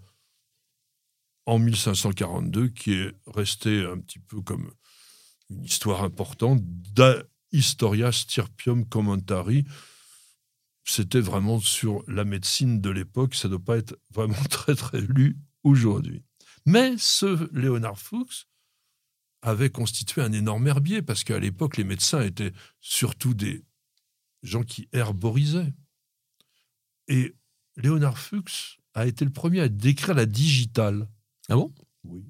en 1542 qui est resté un petit peu comme une histoire importante, Da Historia Stirpium Commentari. C'était vraiment sur la médecine de l'époque, ça ne doit pas être vraiment très très lu aujourd'hui. Mais ce Léonard Fuchs avait constitué un énorme herbier, parce qu'à l'époque, les médecins étaient surtout des gens qui herborisaient. Et Léonard Fuchs a été le premier à décrire la digitale. Ah bon ? Oui.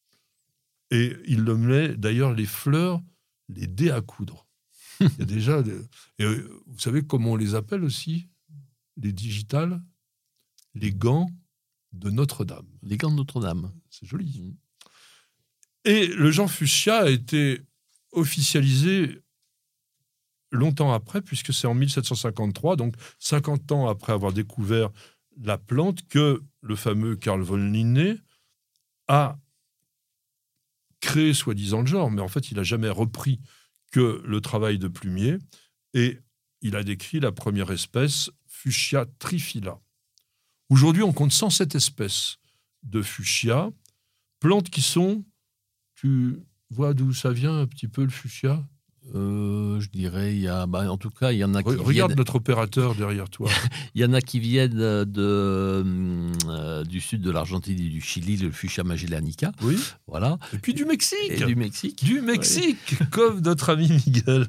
Et il nommait d'ailleurs les fleurs les dés à coudre. Il y a déjà et vous savez comment on les appelle aussi, les digitales ? Les gants de Notre-Dame. Les gants de Notre-Dame. C'est joli. Et le Jean Fuchsia a été officialisé longtemps après, puisque c'est en 1753, donc 50 ans après avoir découvert la plante, que le fameux Carl von Linné a créé soi-disant le genre, mais en fait, il n'a jamais repris que le travail de Plumier, et il a décrit la première espèce, Fuchsia triphylla. Aujourd'hui, on compte 107 espèces de fuchsia, plantes qui sont... Tu vois d'où ça vient un petit peu le fuchsia ? Je dirais, en tout cas, il y en a qui Regarde notre opérateur derrière toi. Il y en a qui viennent du sud de l'Argentine et du Chili, le Fuchsia magellanica. Oui. Voilà. Et puis du Mexique. Et du Mexique. Du Mexique, oui. Comme notre ami Miguel.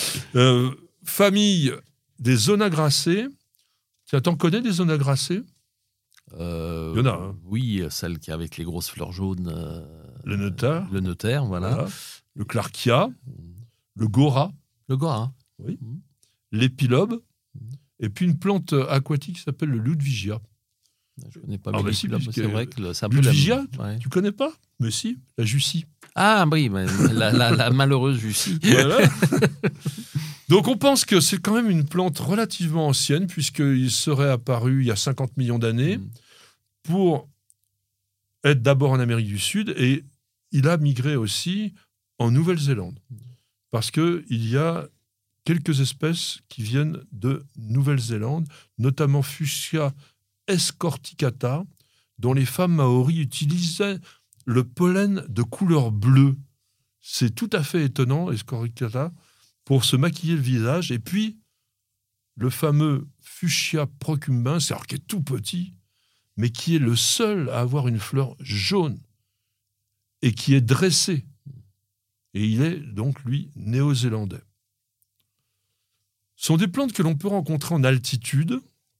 Famille des Onagracées. T'en connais des Onagracées ? Il y en a. Hein. Oui, celle qui est avec les grosses fleurs jaunes. Le notaire. Le notaire, voilà. Le Clarkia. Le Gora. Le Gora. Oui. L'épilobe. Et puis une plante aquatique qui s'appelle le Ludwigia. Je ne connais pas, mais c'est vrai que c'est un peu Ludwigia, tu ne connais pas ? Mais si, la Jussie. Ah oui, la malheureuse Jussie. Voilà. Donc on pense que c'est quand même une plante relativement ancienne, puisqu'il serait apparu il y a 50 millions d'années, pour être d'abord en Amérique du Sud, et il a migré aussi en Nouvelle-Zélande. Parce qu'il y a quelques espèces qui viennent de Nouvelle-Zélande, notamment Fuchsia escorticata, dont les femmes maoris utilisaient le pollen de couleur bleue. C'est tout à fait étonnant, escorticata, pour se maquiller le visage. Et puis, le fameux Fuchsia procumbens, alors qui est tout petit, mais qui est le seul à avoir une fleur jaune et qui est dressé. Et il est donc, lui, néo-zélandais. Ce sont des plantes que l'on peut rencontrer en altitude,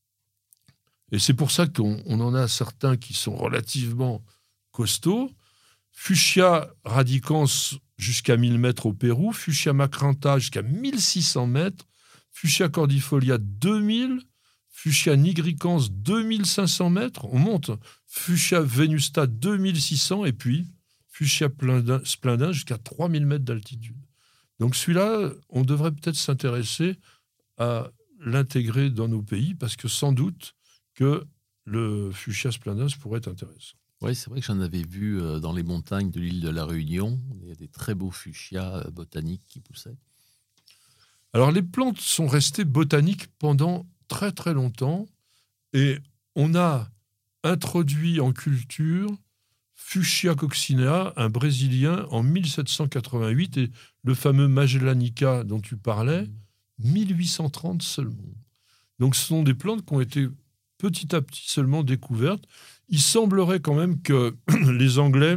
et c'est pour ça qu'on en a certains qui sont relativement costauds. Fuchsia radicans jusqu'à 1000 mètres au Pérou, Fuchsia macrantha jusqu'à 1600 mètres, Fuchsia cordifolia 2000, Fuchsia nigricans 2500 mètres, on monte, Fuchsia venusta 2600, et puis Fuchsia splendens jusqu'à 3000 mètres d'altitude. Donc celui-là, on devrait peut-être s'intéresser à l'intégrer dans nos pays, parce que sans doute que le Fuchsia splendens pourrait être intéressant. Oui, c'est vrai que j'en avais vu dans les montagnes de l'île de la Réunion. Il y a des très beaux fuchsias botaniques qui poussaient. Alors, les plantes sont restées botaniques pendant très très longtemps, et on a introduit en culture Fuchsia coccinea, un Brésilien, en 1788, et le fameux Magellanica dont tu parlais, 1830 seulement. Donc, ce sont des plantes qui ont été petit à petit seulement découvertes. Il semblerait quand même que les Anglais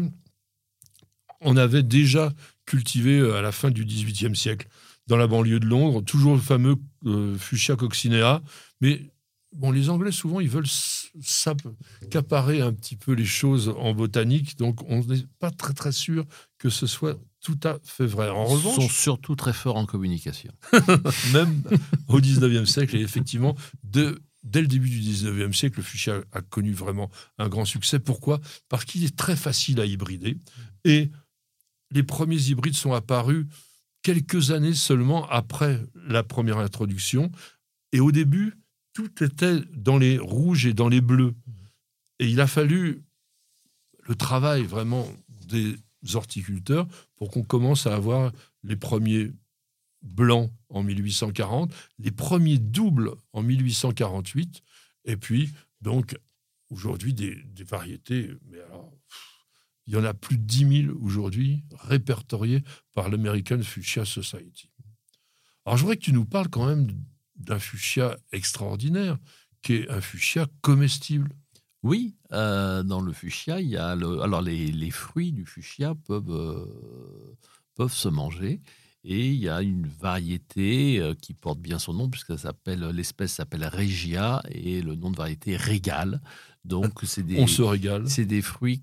en avaient déjà cultivé à la fin du XVIIIe siècle, dans la banlieue de Londres, toujours le fameux Fuchsia coccinea. Mais bon, les Anglais, souvent, ils veulent s'accaparer un petit peu les choses en botanique, donc on n'est pas très, très sûr que ce soit tout à fait vrai. En revanche, ils sont surtout très forts en communication. Même au XIXe siècle, et effectivement, dès le début du XIXe siècle, le fuchsia a connu vraiment un grand succès. Pourquoi ? Parce qu'il est très facile à hybrider. Et les premiers hybrides sont apparus quelques années seulement après la première introduction. Et au début, tout était dans les rouges et dans les bleus. Et il a fallu le travail vraiment des horticulteurs pour qu'on commence à avoir les premiers blancs en 1840, les premiers doubles en 1848, Et puis, donc, aujourd'hui, des variétés, mais alors, il y en a plus de 10 000 aujourd'hui répertoriées par l'American Fuchsia Society. Alors, je voudrais que tu nous parles quand même d'un fuchsia extraordinaire, qui est un fuchsia comestible. Oui, dans le fuchsia, il y a alors les fruits du fuchsia peuvent se manger. Et il y a une variété qui porte bien son nom, puisque l'espèce s'appelle Regia, et le nom de variété est Régal. Donc, on se régale. C'est des fruits,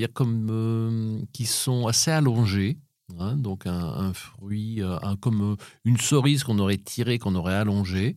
qui sont assez allongés. Hein, donc, un fruit, comme une cerise qu'on aurait tirée, qu'on aurait allongée.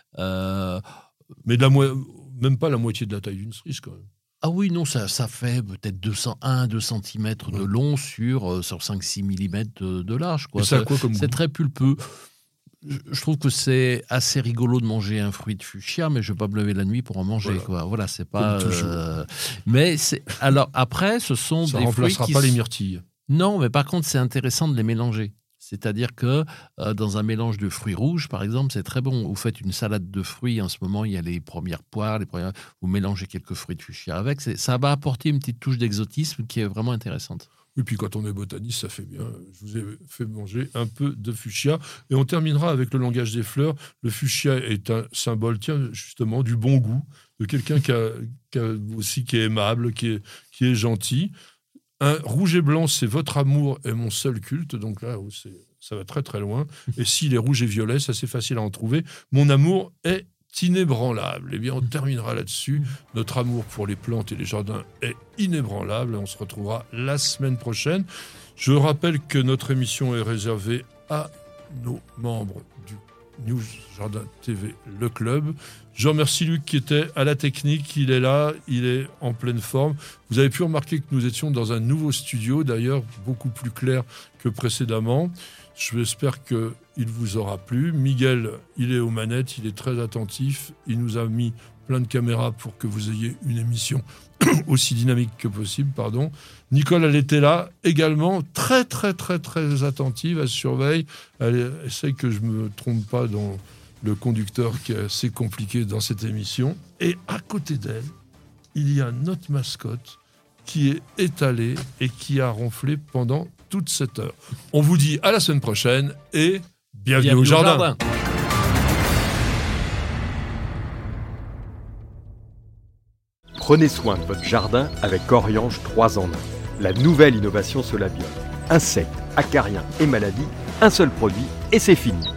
Mais même pas la moitié de la taille d'une cerise, quand même. Ah oui, non, ça fait peut-être 2 cm de long sur 5-6 mm de large. Quoi. Et ça a quoi comme c'est goût ? très pulpeux. Je trouve que c'est assez rigolo de manger un fruit de fuchsia, mais je ne vais pas me lever la nuit pour en manger. Voilà, c'est pas. Mais alors après, ce sont ça des fruits remplacera pas les myrtilles. Non, mais par contre, c'est intéressant de les mélanger. C'est-à-dire que dans un mélange de fruits rouges, par exemple, c'est très bon. Vous faites une salade de fruits, en ce moment, il y a les premières poires, vous mélangez quelques fruits de fuchsia avec. Ça va apporter une petite touche d'exotisme qui est vraiment intéressante. Et puis quand on est botaniste, ça fait bien. Je vous ai fait manger un peu de fuchsia. Et on terminera avec le langage des fleurs. Le fuchsia est un symbole, justement, du bon goût, de quelqu'un qui est aimable, qui est gentil. Un rouge et blanc, c'est votre amour est mon seul culte. Donc là, ça va très très loin. Et s'il est rouge et violet, c'est assez facile à en trouver. Mon amour est inébranlable. Eh bien, on terminera là-dessus. Notre amour pour les plantes et les jardins est inébranlable. On se retrouvera la semaine prochaine. Je rappelle que notre émission est réservée à nos membres du News Jardin TV, le club. Je remercie Luc qui était à la technique. Il est là, il est en pleine forme. Vous avez pu remarquer que nous étions dans un nouveau studio, d'ailleurs beaucoup plus clair que précédemment. J'espère qu'il vous aura plu. Miguel, il est aux manettes, il est très attentif. Il nous a mis plein de caméras pour que vous ayez une émission aussi dynamique que possible. Nicole, elle était là également, très, très, très, très attentive. Elle surveille. Elle essaye que je ne me trompe pas dans le conducteur qui est assez compliqué dans cette émission. Et à côté d'elle, il y a notre mascotte qui est étalée et qui a ronflé pendant toute cette heure. On vous dit à la semaine prochaine et bienvenue au jardin. Prenez soin de votre jardin avec Oriange 3 en 1. La nouvelle innovation Solabiol. Insectes, acariens et maladies, un seul produit et c'est fini.